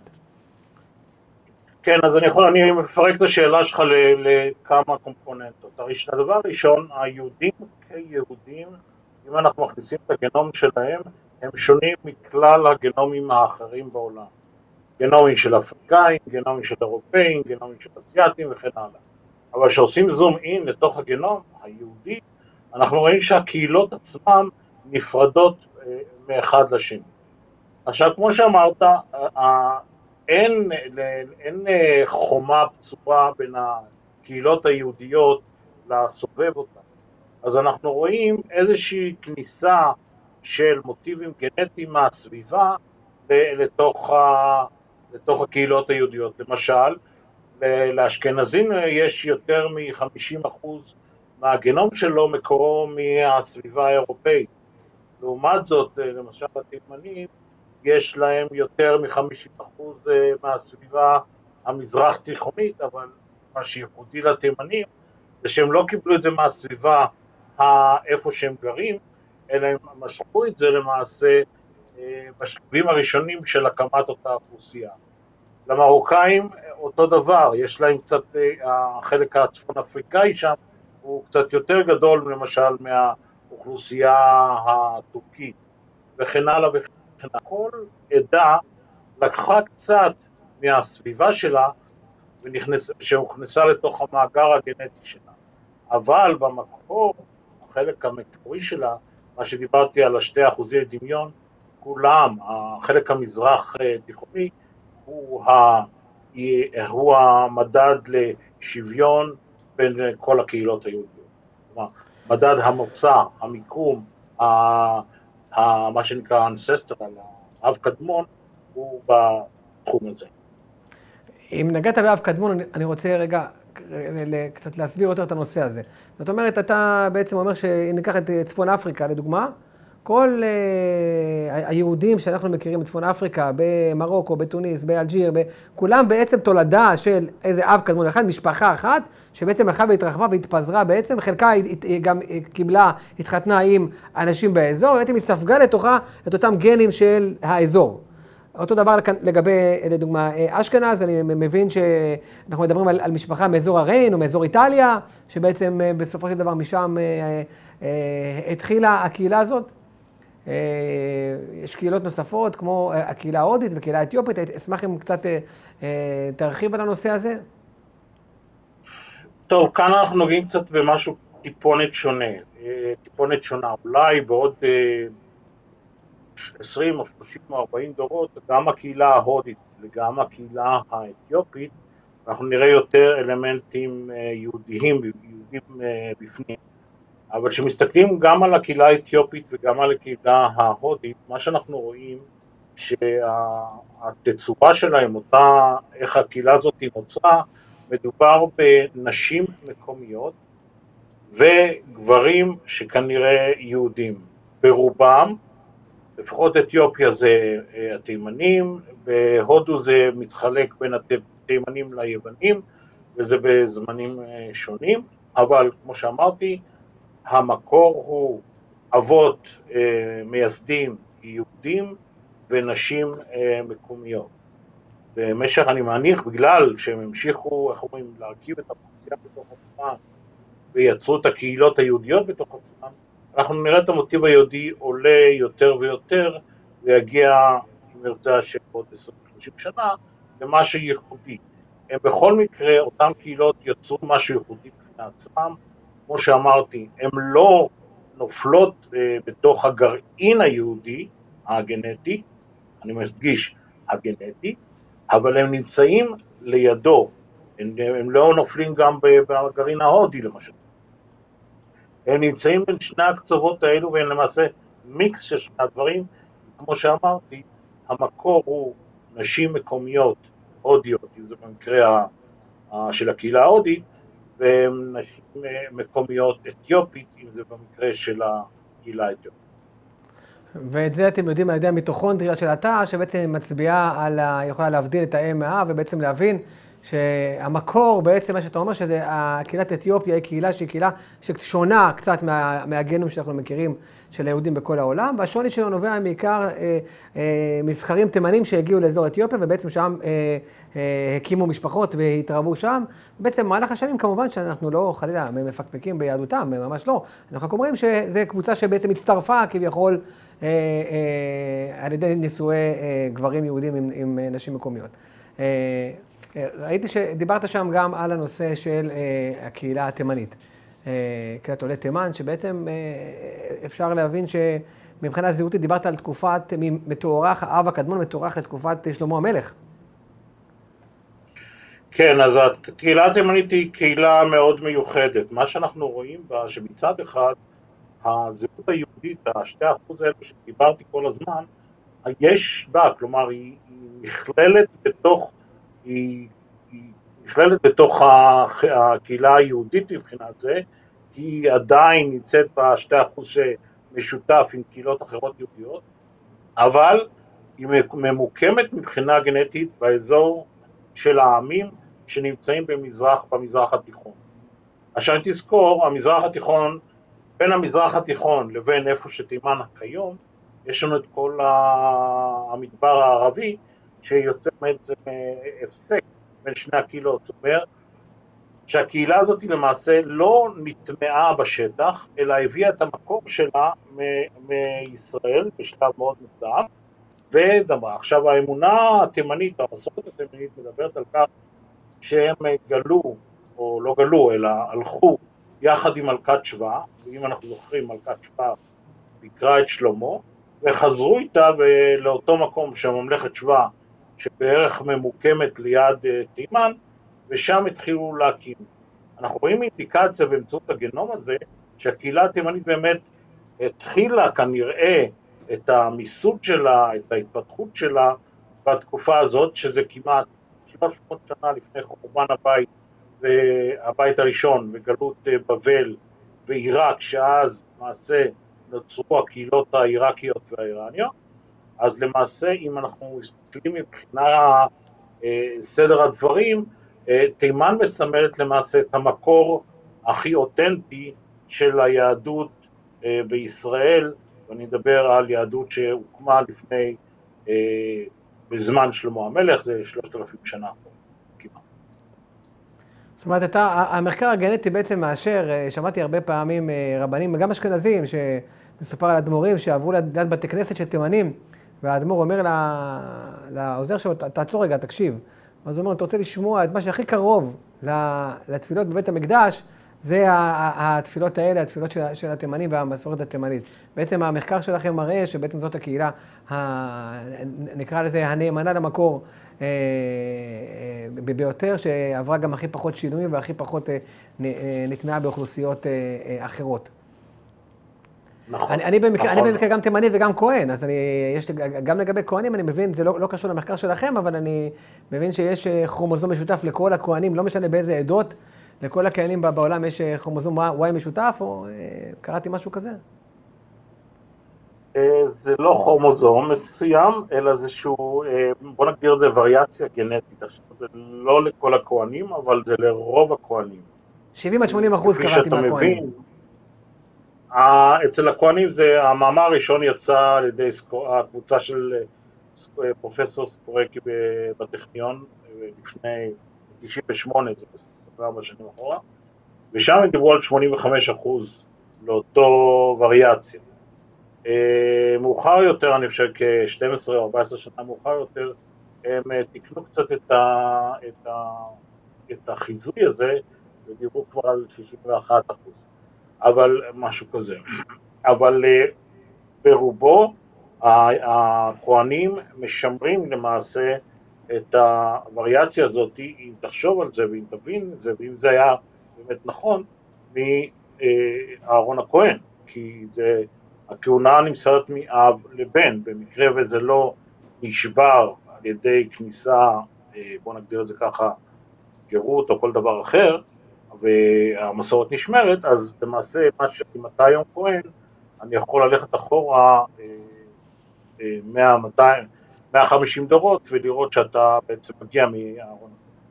כן, אז אני מפרק את השאלה שלך לכמה קומפוננטות. הדבר הראשון, היהודים כיהודים, אם אנחנו מכניסים את הגנום שלהם, הם שונים מכלל הגנומים האחרים בעולם. גנומים של אפריקאים, גנומים של אירופאים, גנומים של אסיאטים וכן הלאה. אבל כשעושים זום אין לתוך הגנום היהודי, אנחנו רואים שהקהילות עצמן נפרדות מאחד לשני. עכשיו, כמו שאמרת, אין חומה בצורה בין הקהילות היהודיות לסובב אותן. אז אנחנו רואים איזושהי כניסה של מוטיבים גנטיים מהסביבה לתוך הקהילות היהודיות. למשל, לאשכנזים יש יותר מ-50% מהגנום שלו מקורו מהסביבה האירופאית. לעומת זאת, למשל התימנים, יש להם יותר מ-50% מהסביבה המזרח תיכונית, אבל מה שייחודי לתימנים זה שהם לא קיבלו את זה מהסביבה איפה שהם גרים, אלא הם משכו את זה למעשה בשלבים הראשונים של הקמת אותה אוכלוסייה. למרוקאים אותו דבר, יש להם קצת, החלק הצפון אפריקאי שם הוא קצת יותר גדול למשל מהאוכלוסייה הטורקית, וכן הלאה וכן הלאה. כל עדה לקחה קצת מהסביבה שלה שהוכנסה לתוך המאגר הגנטי שלה. אבל במקור, החלק המקורי שלה, מה שדיברתי על 2% דמיון, כולם, החלק המזרח תיכוני, הוא המדד לשוויון בין כל הקהילות היהודיות. כלומר, מדד המוצא, המיקום, מה שנקרא ancestral, האב קדמון, הוא בתחום הזה. אם נגעת באב קדמון, אני רוצה רגע קצת להסביר יותר את הנושא הזה. זאת אומרת, אתה בעצם אומר שניקח את צפון אפריקה לדוגמה, כל היהודים שאנחנו מכירים בצפון אפריקה, במרוקו, בתוניס, באלג'יר, כולם בעצם תולדה של איזה אב קדמון אחד, משפחה אחת, שבעצם הלכה והתרחבה והתפזרה בעצם, חלקה היא גם קיבלה, התחתנה עם אנשים באזור, ובעצם היא ספגה לתוכה את אותם גנים של האזור. אותו דבר לגבי, לדוגמה, אשכנז, אני מבין שאנחנו מדברים על משפחה מאזור הריין או מאזור איטליה, שבעצם בסופו של דבר משם התחילה הקהילה הזאת. יש קהילות נוספות, כמו הקהילה ההודית וקהילה האתיופית. אשמח אם קצת תרחיב על הנושא הזה. טוב, כאן אנחנו נוגעים קצת במשהו טיפונת שונה, טיפונת שונה. אולי בעוד 20 או 30 או 40 דורות, גם הקהילה ההודית וגם הקהילה האתיופית, אנחנו נראה יותר אלמנטים יהודיים בפנים. אבל כשמסתכלים גם על הקהילה האתיופית וגם על הקהילה ההודית, מה שאנחנו רואים שהתצורה שלהם, איך הקהילה הזאת נוצרה, מדובר בנשים מקומיות וגברים שכנראה יהודים. ברובם, לפחות אתיופיה זה התימנים, בהודו זה מתחלק בין התימנים ליוונים, וזה בזמנים שונים, אבל כמו שאמרתי, המקור הוא אבות מייסדים יהודים ונשים מקומיות. במשך, אני מניח, בגלל שהם המשיכו, איך אומרים, להרכיב את האוכלוסייה בתוך עצמם, ויצרו את הקהילות היהודיות בתוך עצמם, אנחנו נראה את המוטיב היהודי עולה יותר ויותר, ויגיע, אם נרצה, שבעוד 20-30 שנה, למשהו ייחודי. הם בכל מקרה, אותם קהילות יצרו משהו ייחודי בפני עצמם, כמו שאמרתי, הן לא נופלות בתוך הגרעין היהודי, הגנטי, אני מדגיש, הגנטי, אבל הם נמצאים לידו, הם לא נופלים גם בגרעין ההודי למשל. הם נמצאים בין שני הקצוות האלו, והם למעשה מיקס של שני הדברים. כמו שאמרתי, המקור הוא נשים מקומיות הודיות, אם זה במקרה של הקהילה ההודית, ונשים מקומיות אתיופית, אם זה במקרה של הקהילה האתיופית. ואת זה אתם יודעים על ידי המיטוכונדריה של התא, שבעצם מצביעה יכולה להבדיל את האם מהאב, ובעצם להבין שהמקור בעצם, מה שאתה אומר, שזה הקהילת אתיופיה היא קהילה שהיא קהילה ששונה קצת מהגנום שאנחנו מכירים של היהודים בכל העולם, והשוני שלו נובע מעיקר מזכרים תימנים שהגיעו לאזור אתיופיה, ובעצם שם הקימו משפחות והתרבו שם. בעצם במהלך השנים כמובן שאנחנו לא חלילה מפקפקים ביהדותם, ממש לא. אנחנו רק אומרים שזו קבוצה שבעצם הצטרפה כביכול על ידי נישואי גברים יהודים עם נשים מקומיות. ראיתי שדיברת שם גם על הנושא של הקהילה התימנית, קהילת עולי תימן, שבעצם אפשר להבין שמבחינה זהותית דיברת על תקופת מתוארך, האב הקדמון מתוארך לתקופת שלמה המלך. כן, אז הקהילה התימנית היא קהילה מאוד מיוחדת. מה שאנחנו רואים בה, שמצד אחד, הזהות היהודית, ה2% האלה שדיברתי כל הזמן, יש בה, כלומר היא נכללת בתוך הקהילה היהודית מבחינת זה, כי היא עדיין נמצאת ב2% שמשותף עם קהילות אחרות יהודיות, אבל היא ממוקמת מבחינה גנטית באזור של העמים שנמצאים במזרח התיכון. עכשיו תזכור, בין המזרח התיכון לבין איפה שתימן כיום, יש לנו את כל המדבר הערבי, שיוצא בעצם הפסק בין שני הקהילות. זאת אומרת שהקהילה הזאת למעשה לא נטמעה בשטח, אלא הביאה את המקור שלה מישראל בשלב מאוד מוקדם, ודמה. עכשיו האמונה התימנית, המסורת התימנית מדברת על כך שהם גלו, או לא גלו, אלא הלכו יחד עם מלכת שבא, ואם אנחנו זוכרים, מלכת שבא ביקרה את שלמה, וחזרו איתה לאותו מקום שממלכת שבא, שבערך ממוקמת ליד תימן, ושם התחילו להקים. אנחנו רואים אינדיקציה באמצעות הגנום הזה, שהקהילה התימנית באמת התחילה כנראה את המיסוד שלה, את ההתפתחות שלה, בתקופה הזאת, שזה כמעט 300 שנה לפני חורבן הבית הראשון, וגלות בבל ועיראק, שאז למעשה נוצרו הקהילות העיראקיות והאיראניות. אז למעשה, אם אנחנו מסתכלים מבחינה סדר הדברים, תימן מסמלת למעשה את המקור הכי אותנטי של היהדות בישראל, ואני אדבר על יהדות שהוקמה לפני בזמן שלמה המלך, זה 3,000 שנה כמעט. זאת אומרת, המחקר הגנטי בעצם מאשר, שמעתי הרבה פעמים רבנים, גם אשכנזים, שמסופר על אדמו"רים שעברו ליד בתי כנסת של תימנים, והאדמו"ר אומר לעוזר שלו, תעצור רגע, תקשיב. אז הוא אומר, אתה רוצה לשמוע את מה שהכי קרוב לתפילות בבית המקדש, זה התפילות האלה, התפילות של התימנים והמסורת התימנית. בעצם המחקר שלכם מראה שבעצם זאת הקהילה, נקרא לזה הנאמנה למקור ביותר, שעברה גם הכי פחות שינויים והכי פחות נטמעה באוכלוסיות אחרות. נכון. אני במקרה גם תימני וגם כהן, אז גם לגבי כהנים אני מבין, זה לא קשור למחקר שלכם, אבל אני מבין שיש כרומוזום משותף לכל הכהנים, לא משנה באיזה עדות, לכל הכהנים בעולם יש כרומוזום Y משותף, או קראתי משהו כזה? זה לא כרומוזום מסוים, אלא זה שהוא, בוא נגדיר את זה וריאציה גנטית. זה לא לכל הכהנים, אבל זה לרוב הכהנים. 70-80% קראתי מהכהנים. אצל הכהנים זה, המאמר הראשון יצא על ידי הקבוצה של פרופסור סקורקי בטכניון, לפני 98, זה 24 שנים אחורה, ושם הם דיברו על 85% לאותו וריאציה. מאוחר יותר, אני חושב כ-12 או 14 שנה מאוחר יותר, הם תקנו קצת את החיזוי הזה, ודיברו כבר על 61%. אבל משהו כזה. אבל ברובו הכהנים משמרים למעשה את הווריאציה הזאת, אם תחשוב על זה ואם תבין את זה, ואם זה היה באמת נכון, מאהרון הכהן, כי זה, הכהונה נמסרת מאב לבן, במקרה וזה לא נשבר על ידי כניסה, בוא נגדיר את זה ככה, גירות או כל דבר אחר, והמסורת נשמרת, אז למעשה, אם אתה היום כהן, אני יכול ללכת אחורה 150 דורות, ולראות שאתה בעצם מגיע מאהרון.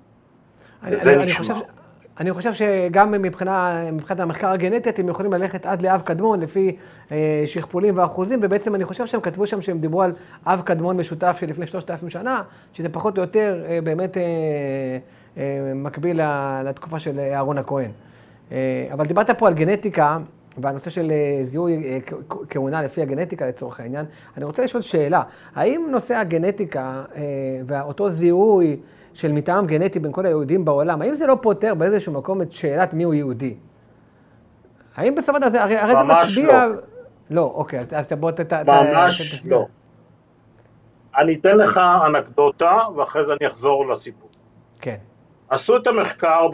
אני חושב שגם מבחינת המחקר הגנטי, אתם יכולים ללכת עד לאב קדמון, לפי שכפולים ואחוזים, ובעצם אני חושב שהם כתבו שם שהם דיברו על אב קדמון משותף של לפני 3,000 שנה, שזה פחות או יותר באמת מקביל לתקופה של אהרון הכהן. אבל דיברת פה על גנטיקה, והנושא של זיהוי כהונה לפי הגנטיקה לצורך העניין. אני רוצה לשאול שאלה, האם נושא הגנטיקה ואותו זיהוי של מטעם גנטי בין כל היהודים בעולם, האם זה לא פותר באיזשהו מקום את שאלת מיהו יהודי? האם בסופו של דבר, הרי זה מצביע... לא. לא, אוקיי, אז בוא תסביר. ממש לא. אני אתן לך אנקדוטה, ואחרי זה אני אחזור לסיפור. כן. עשו את המחקר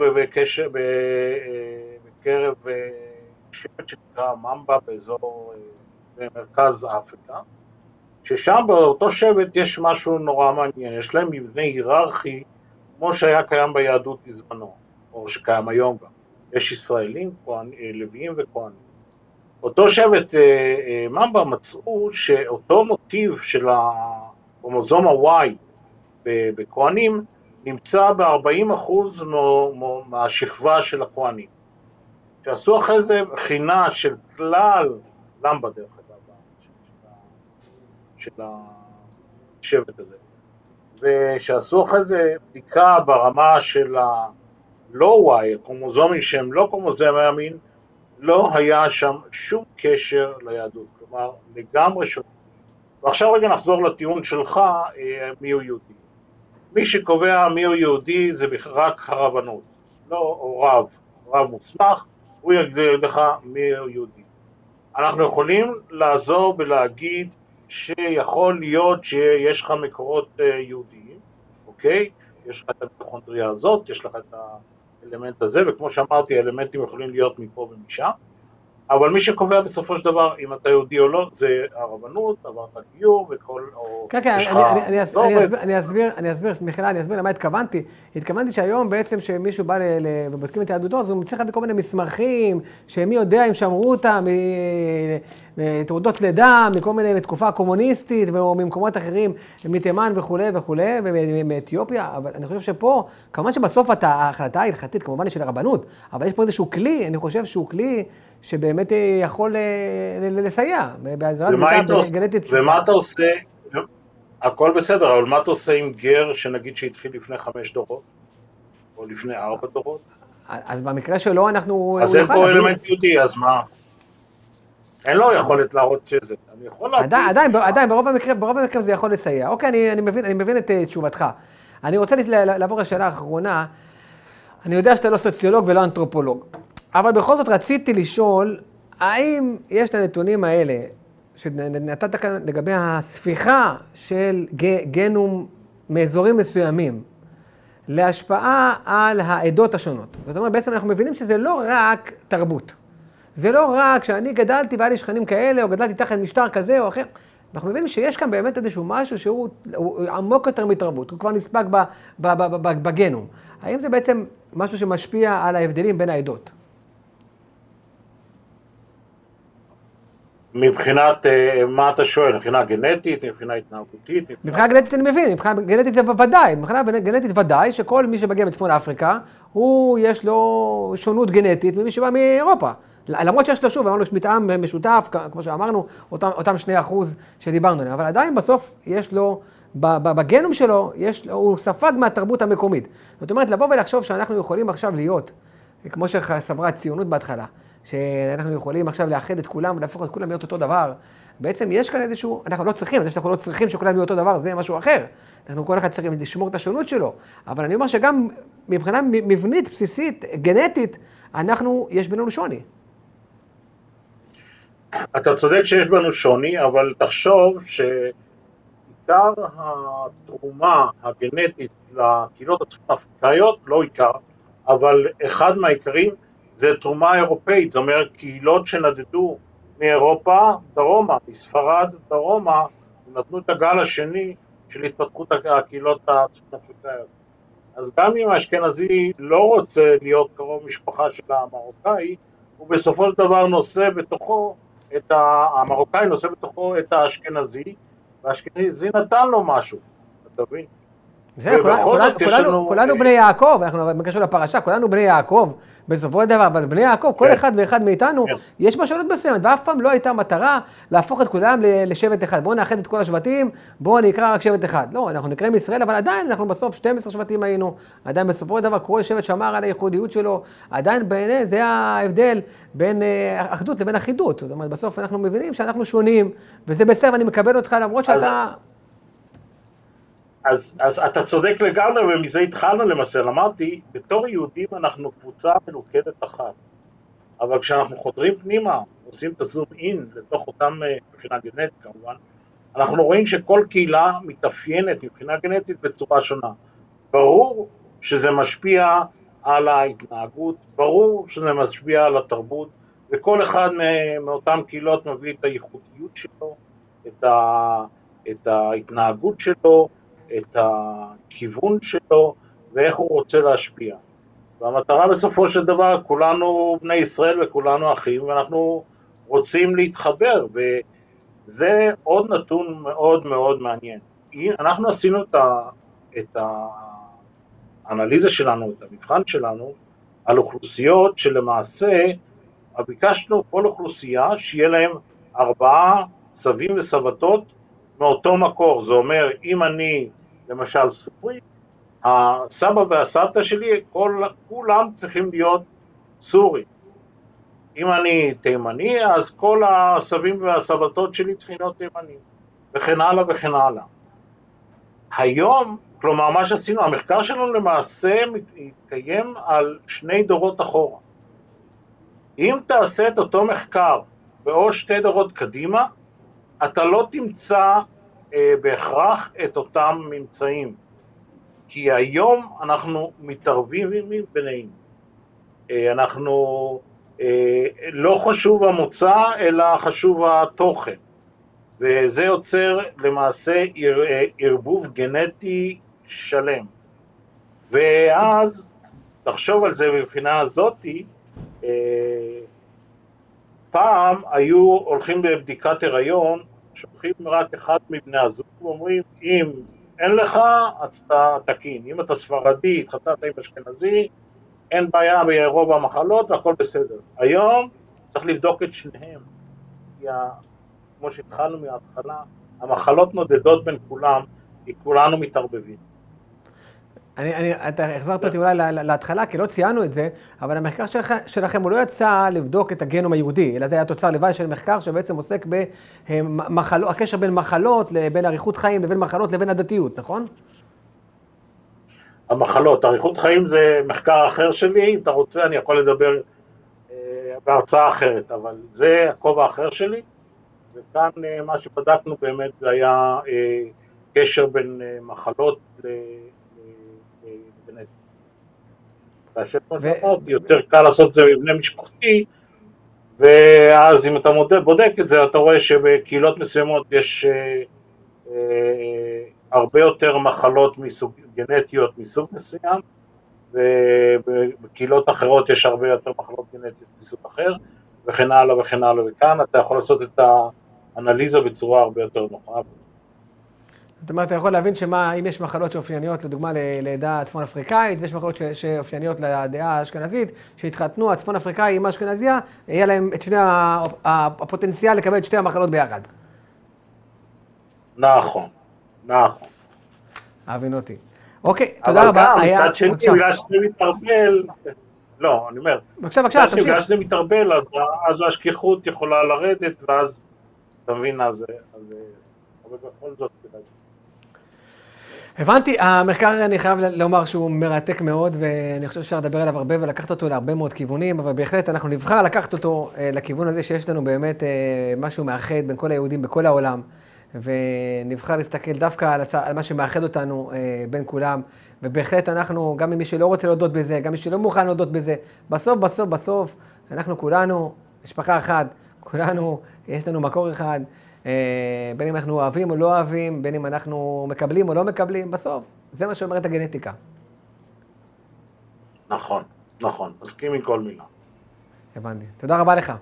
בקרב שבט שנקרא ממבה באזור במרכז אפריקה, ששם באותו שבט יש משהו נורא מעניין, יש להם מבנה היררכי כמו שהיה קיים ביהדות בזמנו, או שקיים היום גם. יש ישראלים, לוויים וכהנים. אותו שבט ממבה מצאו שאותו מוטיב של הכרומוזום ה-Y בכהנים נמצא ב-40% מהשכבה של הכהנים. שעשו אחרי זה בחינה של כלל למבה דרך אגב, של השבט הזה. ושעשו אחרי זה בדיקה ברמה של ה-לא Y, הקרומוזומים שהם לא קרומוזומי המין, לא היה שם שום קשר ליהדות, כלומר לגמרי שונה. ועכשיו רגע נחזור לטיעון שלך, מיהו יהודי. מי שקובע מיהו יהודי זה רק הרבנות, לא או רב מוסמך, הוא יגדיר לך מיהו יהודי. אנחנו יכולים לעזור ולהגיד שיכול להיות שיש לך מקורות יהודיים, אוקיי? יש לך את המיטוכונדריה הזאת, יש לך את האלמנט הזה, וכמו שאמרתי, האלמנטים יכולים להיות מפה ומשם, אבל מי שקובע בסופו של דבר, אם אתה יהודי או לא, זה הרבנות, עברת גיור וכל... כן, אני אסביר, מחילה, אני אסביר למה התכוונתי. התכוונתי שהיום בעצם שמישהו בא ובודקים את יהדותו, אז הוא מצליח להביא כל מיני מסמכים, שמי יודע אם שמרו אותם, תעודות לידה, מכל מיני, בתקופה הקומוניסטית, או ממקומות אחרים, מתימן וכו', מאתיופיה, אבל אני חושב שפה, כמובן שבסוף ההחלטה ההלכתית, כמובן היא של הרבנות, אבל יש פה איזשהו כלי, אני חושב שהוא כלי שבאמת יכול לסייע, בעזרת בדיקה גנטית פשוטה. הכל בסדר, אבל מה אתה עושה עם גר שנגיד שהתחיל לפני 5 דורות, או לפני 4 דורות? אז במקרה שלו אנחנו... אז אין פה אלמנט יהודי, אז מה? אין לו יכולת להראות שזה. אני יכול להגיד... עדיין, ברוב המקרים זה יכול לסייע. אוקיי, אני מבין את תשובתך. אני רוצה לעבור לשאלה האחרונה. אני יודע שאתה לא סוציולוג ולא אנתרופולוג, אבל בכל זאת רציתי לשאול, האם יש את הנתונים האלה, שנתת כאן לגבי הספיחה של גנום מאזורים מסוימים, להשפעה על העדות השונות. זאת אומרת, בעצם אנחנו מבינים שזה לא רק תרבות. זה לא רק שאני גדלתי והיה לי שכנים כאלה, או גדלתי תחת משטר כזה או אחר. אנחנו מבינים שיש כאן באמת איזשהו משהו שהוא עמוק יותר מתרבות, הוא כבר נספק בגנום. האם זה בעצם משהו שמשפיע על ההבדלים בין העדות? מבחינת, מה אתה שואל? מבחינה גנטית, מבחינה התנהגותית? מבחינה גנטית אני מבין, מבחינה גנטית זה ודאי, מבחינה גנטית ודאי שכל מי שמגיע מצפון אפריקה, יש לו שונות גנטית ממי שבא מאירופה. למרות שיש לו שוב, אמרנו יש מטעם משותף, כמו שאמרנו, אותם 2% שדיברנו עליהם, אבל עדיין בסוף יש לו, בגנום שלו, הוא ספג מהתרבות המקומית. זאת אומרת, לבוא ולחשוב שאנחנו יכולים עכשיו להיות, כמו שסברה הציונות בהתחלה, שאנחנו יכולים עכשיו לאחד את כולם ולהפוך את כולם להיות אותו דבר. בעצם יש כאן איזשהו, אנחנו לא צריכים, זה שאנחנו לא צריכים שכולם יהיו אותו דבר, זה משהו אחר. אנחנו כל אחד צריכים לשמור את השונות שלו. אבל אני אומר שגם מבחינה מבנית, בסיסית, גנטית, יש בינינו שוני. אתה צודק שיש בנו שוני, אבל תחשוב שעיקר התרומה הגנטית לקהילות הצפון אפריקאיות, לא עיקר, אבל אחד מהעיקרים זה תרומה אירופאית, זאת אומרת קהילות שנדדו מאירופה דרומה, מספרד דרומה, ונתנו את הגל השני של התפתחות הקהילות הצפון אפריקאיות. אז גם אם האשכנזי לא רוצה להיות קרוב משפחה של המרוקאי, הוא בסופו של דבר נושא בתוכו, המרוקאי נושא בתוכו את האשכנזי, והאשכנזי נתן לו משהו, אתה מבין? כולנו בני יעקב, אנחנו בקשר לפרשה, כולנו בני יעקב, בסופו של דבר, אבל בני יעקב, כל אחד ואחד מאיתנו, יש משמעות מסוימת, ואף פעם לא הייתה מטרה להפוך את כולם לשבט אחד. בואו נאחד את כל השבטים, בואו נקרא רק שבט אחד. לא, אנחנו נקראים ישראל, אבל עדיין אנחנו בסוף 12 שבטים היינו, עדיין בסופו של דבר כל שבט שמר על הייחודיות שלו, עדיין בעיני זה ההבדל בין אחדות לבין אחידות. זאת אומרת, בסוף אנחנו מבינים שאנחנו שונים, וזה בסדר, ואני מקבל אותך למרות שאתה... אז אתה צודק לגמרי, ומזה התחלנו למעשה. אמרתי, בתור יהודים אנחנו קבוצה מלוכדת אחת, אבל כשאנחנו חודרים פנימה, עושים את הזום אין לתוך אותם מבחינה גנטית כמובן, אנחנו רואים שכל קהילה מתאפיינת מבחינה גנטית בצורה שונה. ברור שזה משפיע על ההתנהגות, ברור שזה משפיע על התרבות, וכל אחד מאותן קהילות מביא את הייחודיות שלו, את ההתנהגות שלו, את הכיוון שלו, ואיך הוא רוצה להשפיע. והמטרה בסופו של דבר, כולנו בני ישראל וכולנו אחים, ואנחנו רוצים להתחבר, וזה עוד נתון מאוד מאוד מעניין. אנחנו עשינו את האנליזה שלנו, את המבחן שלנו, על אוכלוסיות שלמעשה, ביקשנו כל אוכלוסייה שיהיה להם 4 סבים וסבתות מאותו מקור. זה אומר, אם אני למשל סורי, הסבא והסבתא שלי, כולם צריכים להיות סורי. אם אני תימני, אז כל הסבים והסבתות שלי צריכים להיות תימנים, וכן הלאה וכן הלאה. היום, כלומר מה שעשינו, המחקר שלנו למעשה מתקיים על 2 דורות אחורה. אם תעשה את אותו מחקר בעוד 2 דורות קדימה, אתה לא תמצא בהכרח את אותם ממצאים, כי היום אנחנו מתערבים בינינו. אנחנו לא חשוב המוצא, אלא חשוב התוכן, וזה יוצר למעשה ערבוב גנטי שלם. ואז תחשוב על זה מבחינה הזאת, פעם היו הולכים בבדיקת הריון, שולחים רק אחד מבני הזוג, ואומרים, אם אין לך, אז אתה תקין. אם אתה ספרדי, התחתנת עם אשכנזי, אין בעיה ברוב המחלות והכל בסדר. היום צריך לבדוק את שניהם. כמו שהתחלנו מההתחלה, המחלות נודדות בין כולם, כי כולנו מתערבבים. אתה החזרת אותי אולי להתחלה, כי לא ציינו את זה, אבל המחקר שלכם הוא לא יצא לבדוק את הגנום היהודי, אלא זה היה תוצר לוואי של מחקר שבעצם עוסק הקשר בין מחלות, בין אריכות חיים לבין מחלות לבין הדתיות, נכון? המחלות, אריכות חיים זה מחקר אחר שלי, אם אתה רוצה אני יכול לדבר בהרצאה אחרת, אבל זה הכובע האחר שלי, וכאן מה שבדקנו באמת זה היה קשר בין מחלות כאשר כמו שאמרתי, יותר קל לעשות את זה מבנה משפחתי, ואז אם אתה בודק את זה, אתה רואה שבקהילות מסוימות יש הרבה יותר מחלות גנטיות מסוג מסוים, ובקהילות אחרות יש הרבה יותר מחלות גנטיות מסוג אחר, וכן הלאה וכן הלאה, וכאן אתה יכול לעשות את האנליזה בצורה הרבה יותר נוחה. זאת אומרת, אתה יכול להבין אם יש מחלות שאופייניות, לדוגמה, לעדה הצפון אפריקאית, ויש מחלות שאופייניות לעדה האשכנזית, שהתחתנו הצפון אפריקאי עם האשכנזיה, יהיה להם את שני הפוטנציאל לקבל את שתי המחלות ביחד. נכון. אהבין אותי. אוקיי, תודה רבה. אבל גם, מצד שני, בגלל שזה מתערבל, לא, אני אומר, בבקשה, תמשיך. בגלל שזה מתערבל, אז השכיחות יכולה לרדת, ואז, אתה מבין, אז בכל זאת כדאי. הבנתי, המחקר אני חייב לומר שהוא מרתק מאוד, ואני חושב שאפשר לדבר עליו הרבה ולקחת אותו להרבה מאוד כיוונים, אבל בהחלט אנחנו נבחר לקחת אותו לכיוון הזה שיש לנו באמת משהו מאחד בין כל היהודים בכל העולם, ונבחר להסתכל דווקא על מה שמאחד אותנו בין כולם, ובהחלט אנחנו, גם מי שלא רוצה להודות בזה, גם מי שלא מוכן להודות בזה, בסוף, אנחנו כולנו משפחה אחת, כולנו, יש לנו מקור אחד, בין אם אנחנו אוהבים או לא אוהבים, בין אם אנחנו מקבלים או לא מקבלים, בסוף, זה מה שאומרת הגנטיקה. נכון, מסכים עם כל מילה. הבנתי. תודה רבה לך.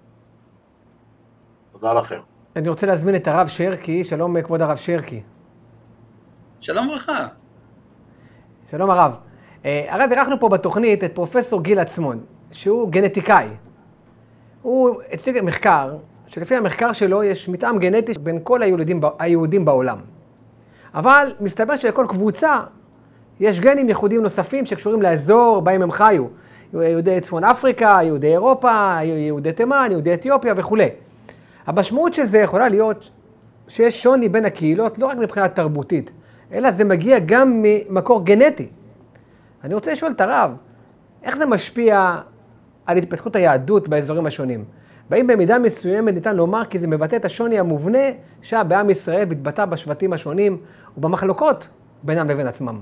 תודה לכם. אני רוצה להזמין את הרב שרקי, שלום כבוד הרב שרקי. שלום וברכה. שלום הרב. הרב, אירחנו פה בתוכנית את פרופסור גיל עצמון, שהוא גנטיקאי. הוא הציג מחקר, שלפי המחקר שלו יש מתאם גנטי בין כל היהודים בעולם. אבל מסתבר שלכל קבוצה יש גנים ייחודיים נוספים שקשורים לאזור בהם הם חיו. יהודי צפון אפריקה, יהודי אירופה, יהודי תימן, יהודי אתיופיה וכו'. המשמעות של זה יכולה להיות שיש שוני בין הקהילות, לא רק מבחינה תרבותית, אלא זה מגיע גם ממקור גנטי. אני רוצה לשאול את הרב, איך זה משפיע על התפתחות היהדות באזורים השונים? והאם במידה מסוימת ניתן לומר כי זה מבטא את השוני המובנה שהיה בעם ישראל והתבטא בשבטים השונים ובמחלוקות בינם לבין עצמם?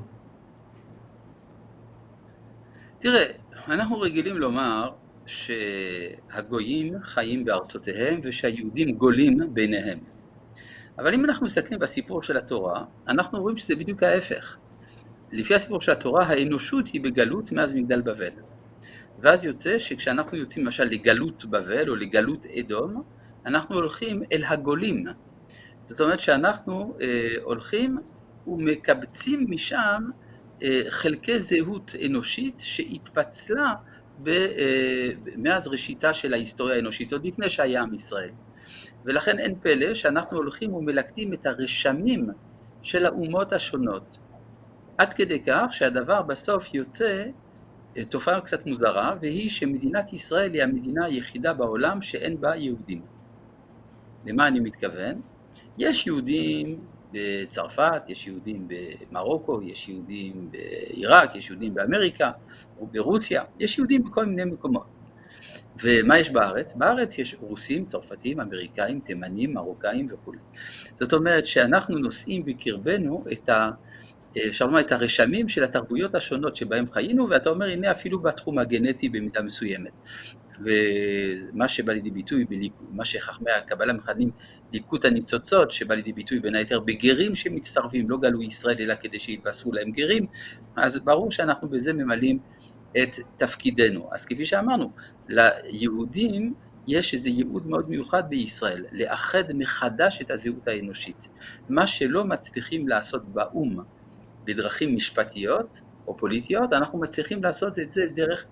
תראה, אנחנו רגילים לומר שהגויים חיים בארצותיהם ושהיהודים גולים ביניהם. אבל אם אנחנו מסתכלים בסיפור של התורה, אנחנו רואים שזה בדיוק ההפך. לפי הסיפור של התורה, האנושות היא בגלות מאז מגדל בבל. ואז יוצא שכשאנחנו יוצאים למשל לגלות בבל או לגלות אדום, אנחנו הולכים אל הגולים. זאת אומרת שאנחנו הולכים ומקבצים משם חלקי זהות אנושית שהתפצלה מאז ראשיתה של ההיסטוריה האנושית, עוד לפני שהיה עם ישראל. ולכן אין פלא שאנחנו הולכים ומלקטים את הרשמים של האומות השונות. עד כדי כך שהדבר בסוף יוצא תופעה קצת מוזרה, והיא שמדינת ישראל היא המדינה היחידה בעולם שאין בה יהודים. למה אני מתכוון? יש יהודים בצרפת, יש יהודים במרוקו, יש יהודים בעיראק, יש יהודים באמריקה או ברוסיה, יש יהודים בכל מיני מקומות. ומה יש בארץ? בארץ יש רוסים, צרפתים, אמריקאים, תימנים, מרוקאים וכו'. זאת אומרת שאנחנו נושאים בקרבנו אפשר לומר את הרשמים של התרבויות השונות שבהם חיינו, ואתה אומר הנה אפילו בתחום הגנטי במידה מסוימת. ומה שבא לידי ביטוי, מה שחכמי הקבלה מכנים ליקוט הניצוצות, שבא לידי ביטוי בין היתר בגרים שמצטרפים, לא גלו ישראל אלא כדי שיתווספו להם גרים, אז ברור שאנחנו בזה ממלאים את תפקידנו. אז כפי שאמרנו, ליהודים יש איזה ייעוד מאוד מיוחד בישראל, לאחד מחדש את הזהות האנושית. מה שלא מצליחים לעשות באום בדרכים משפטיות או פוליטיות, אנחנו מצליחים לעשות את זה דרך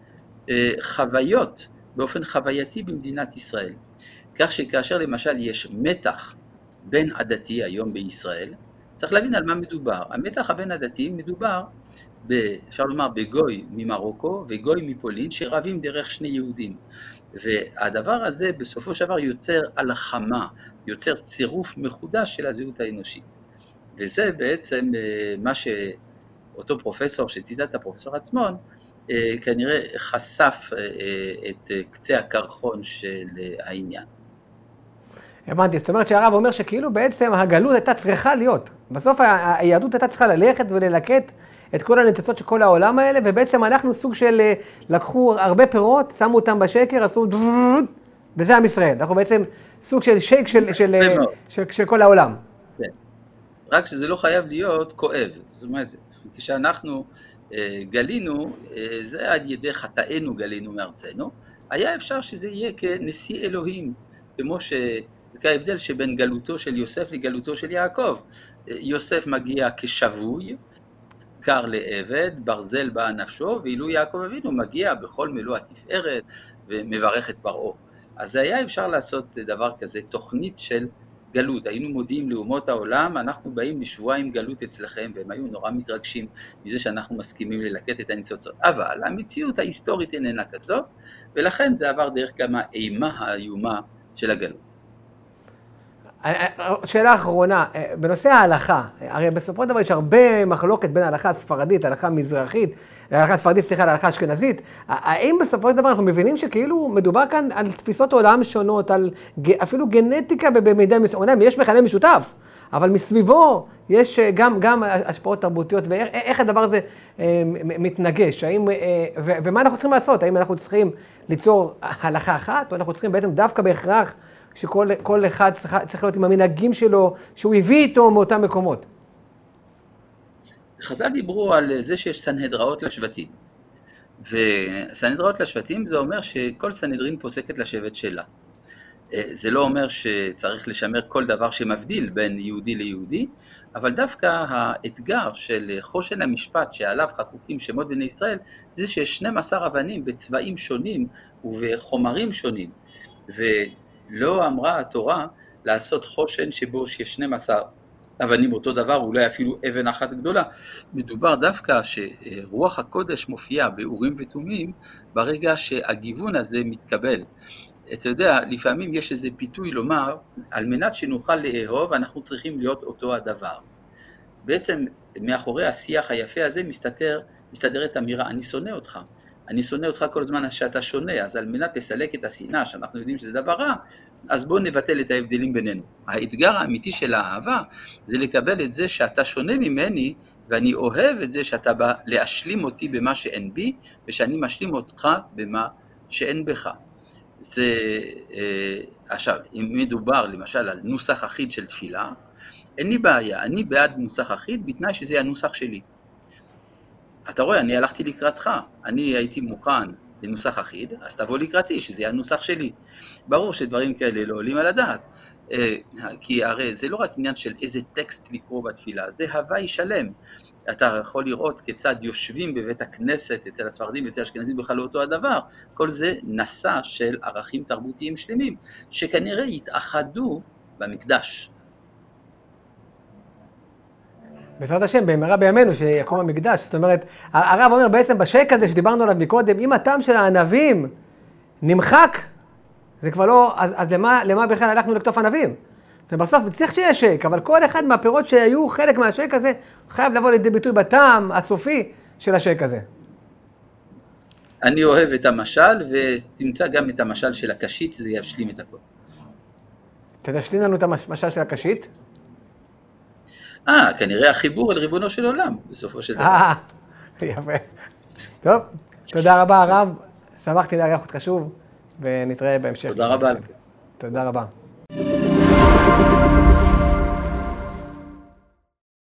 חוויות, באופן חווייתי במדינת ישראל. כך שכאשר למשל יש מתח בין עדתי היום בישראל, צריך להבין על מה מדובר. המתח הבין עדתיים מדובר, אפשר לומר, בגוי ממרוקו וגוי מפולין שרבים דרך שני יהודים. והדבר הזה בסופו של דבר יוצר הלחמה, יוצר צירוף מחודש של הזהות האנושית. וזה בעצם מה שאותו פרופסור שציטט, הפרופסור עצמון, כנראה חשף את קצה הקרחון של העניין. הבנתי, זאת אומרת שהרב אומר שכאילו בעצם הגלות הייתה צריכה להיות. בסוף היהדות הייתה צריכה ללכת וללקט את כל הניצוצות של כל העולם האלה, ובעצם אנחנו סוג של, לקחו הרבה פירות, שמו אותם בשקר, עשו וזה עם ישראל. אנחנו בעצם סוג של שייק של כל העולם. כן. רק שזה לא חייב להיות כואב. זאת אומרת, כשאנחנו גלינו, זה על ידי חטאינו גלינו מארצנו, היה אפשר שזה יהיה כנשיא אלוהים, כמו זה ההבדל שבין גלותו של יוסף לגלותו של יעקב. יוסף מגיע כשבוי, קר לעבד, ברזל באה נפשו, ואילו יעקב אבינו מגיע בכל מלוא התפארת ומברך את פרעה. אז היה אפשר לעשות דבר כזה, תוכנית של גלות. היינו מודיעים לאומות העולם, אנחנו באים לשבועיים גלות אצלכם, והם היו נורא מתרגשים מזה שאנחנו מסכימים ללקט את הניצוצות. אבל המציאות ההיסטורית איננה כזו, ולכן זה עבר דרך גם האימה האיומה של הגלות. שאלה אחרונה, בנושא ההלכה, הרי בסופו של דבר יש הרבה מחלוקת בין ההלכה הספרדית, ההלכה המזרחית, ההלכה הספרדית, סליחה, להלכה האשכנזית. האם בסופו של דבר אנחנו מבינים שכאילו מדובר כאן על תפיסות עולם שונות, על אפילו גנטיקה במידה מסוימת, יש מכנה משותף, אבל מסביבו יש גם השפעות תרבותיות, ואיך הדבר הזה מתנגש, ומה אנחנו צריכים לעשות? האם אנחנו צריכים ליצור הלכה אחת, או אנחנו צריכים בעצם דווקא בהכרח שכל אחד צריך להיות עם המנהגים שלו, שהוא הביא איתו מאותם מקומות. חז"ל דיברו על זה שיש סנהדראות לשבטים. וסנהדראות לשבטים זה אומר שכל סנהדרין פוסקת לשבט שלה. זה לא אומר שצריך לשמר כל דבר שמבדיל בין יהודי ליהודי, אבל דווקא האתגר של חושן המשפט שעליו חקוקים שמות בני ישראל, זה שיש 12 אבנים בצבעים שונים ובחומרים שונים. לא אמרה התורה לעשות חושן שבו שיש 12 אבנים אותו דבר, אולי אפילו אבן אחת גדולה. מדובר דווקא שרוח הקודש מופיעה באורים ותומים ברגע שהגיוון הזה מתקבל. אתה יודע, לפעמים יש איזה פיתוי לומר, על מנת שנוכל לאהוב אנחנו צריכים להיות אותו הדבר. בעצם מאחורי השיח היפה הזה מסתדרת אמירה, אני שונא אותך. אני שונא אותך כל הזמן שאתה שונה, אז על מנת לסלק את השנאה, שאנחנו יודעים שזה דבר רע, אז בואו נבטל את ההבדלים בינינו. האתגר האמיתי של האהבה, זה לקבל את זה שאתה שונה ממני, ואני אוהב את זה שאתה בא להשלים אותי במה שאין בי, ושאני משלים אותך במה שאין בך. זה, עכשיו, אם מדובר למשל על נוסח אחיד של תפילה, אין לי בעיה, אני בעד נוסח אחיד, בתנאי שזה יהיה הנוסח שלי. אתה רואה, אני הלכתי לקראתך, אני הייתי מוכן לנוסח אחיד, אז תבוא לקראתי, שזה יהיה הנוסח שלי. ברור שדברים כאלה לא עולים על הדעת, כי הרי זה לא רק עניין של איזה טקסט לקרוא בתפילה, זה הוואי שלם. אתה יכול לראות כיצד יושבים בבית הכנסת, אצל הספרדים ואצל האשכנזים בכלל לא אותו הדבר. כל זה נשא של ערכים תרבותיים שלמים, שכנראה יתאחדו במקדש. בעזרת השם, במהרה בימינו, שיקום המקדש. זאת אומרת, הרב אומר בעצם בשייק הזה שדיברנו עליו מקודם, אם הטעם של הענבים נמחק, זה כבר לא, אז למה בכלל הלכנו לקטוף ענבים? ובסוף צריך שיהיה שייק, אבל כל אחד מהפירות שהיו חלק מהשייק הזה, חייב לבוא לידי ביטוי בטעם הסופי של השייק הזה. אני אוהב את המשל, ותמצא גם את המשל של הקשית, זה ישלים את הכל. תשלים לנו את המשל של הקשית. כנראה החיבור אל ריבונו של עולם, בסופו של דבר. יפה. טוב, תודה רבה הרב, שמחתי לארח אותך שוב, ונתראה בהמשך. תודה רבה. תודה רבה.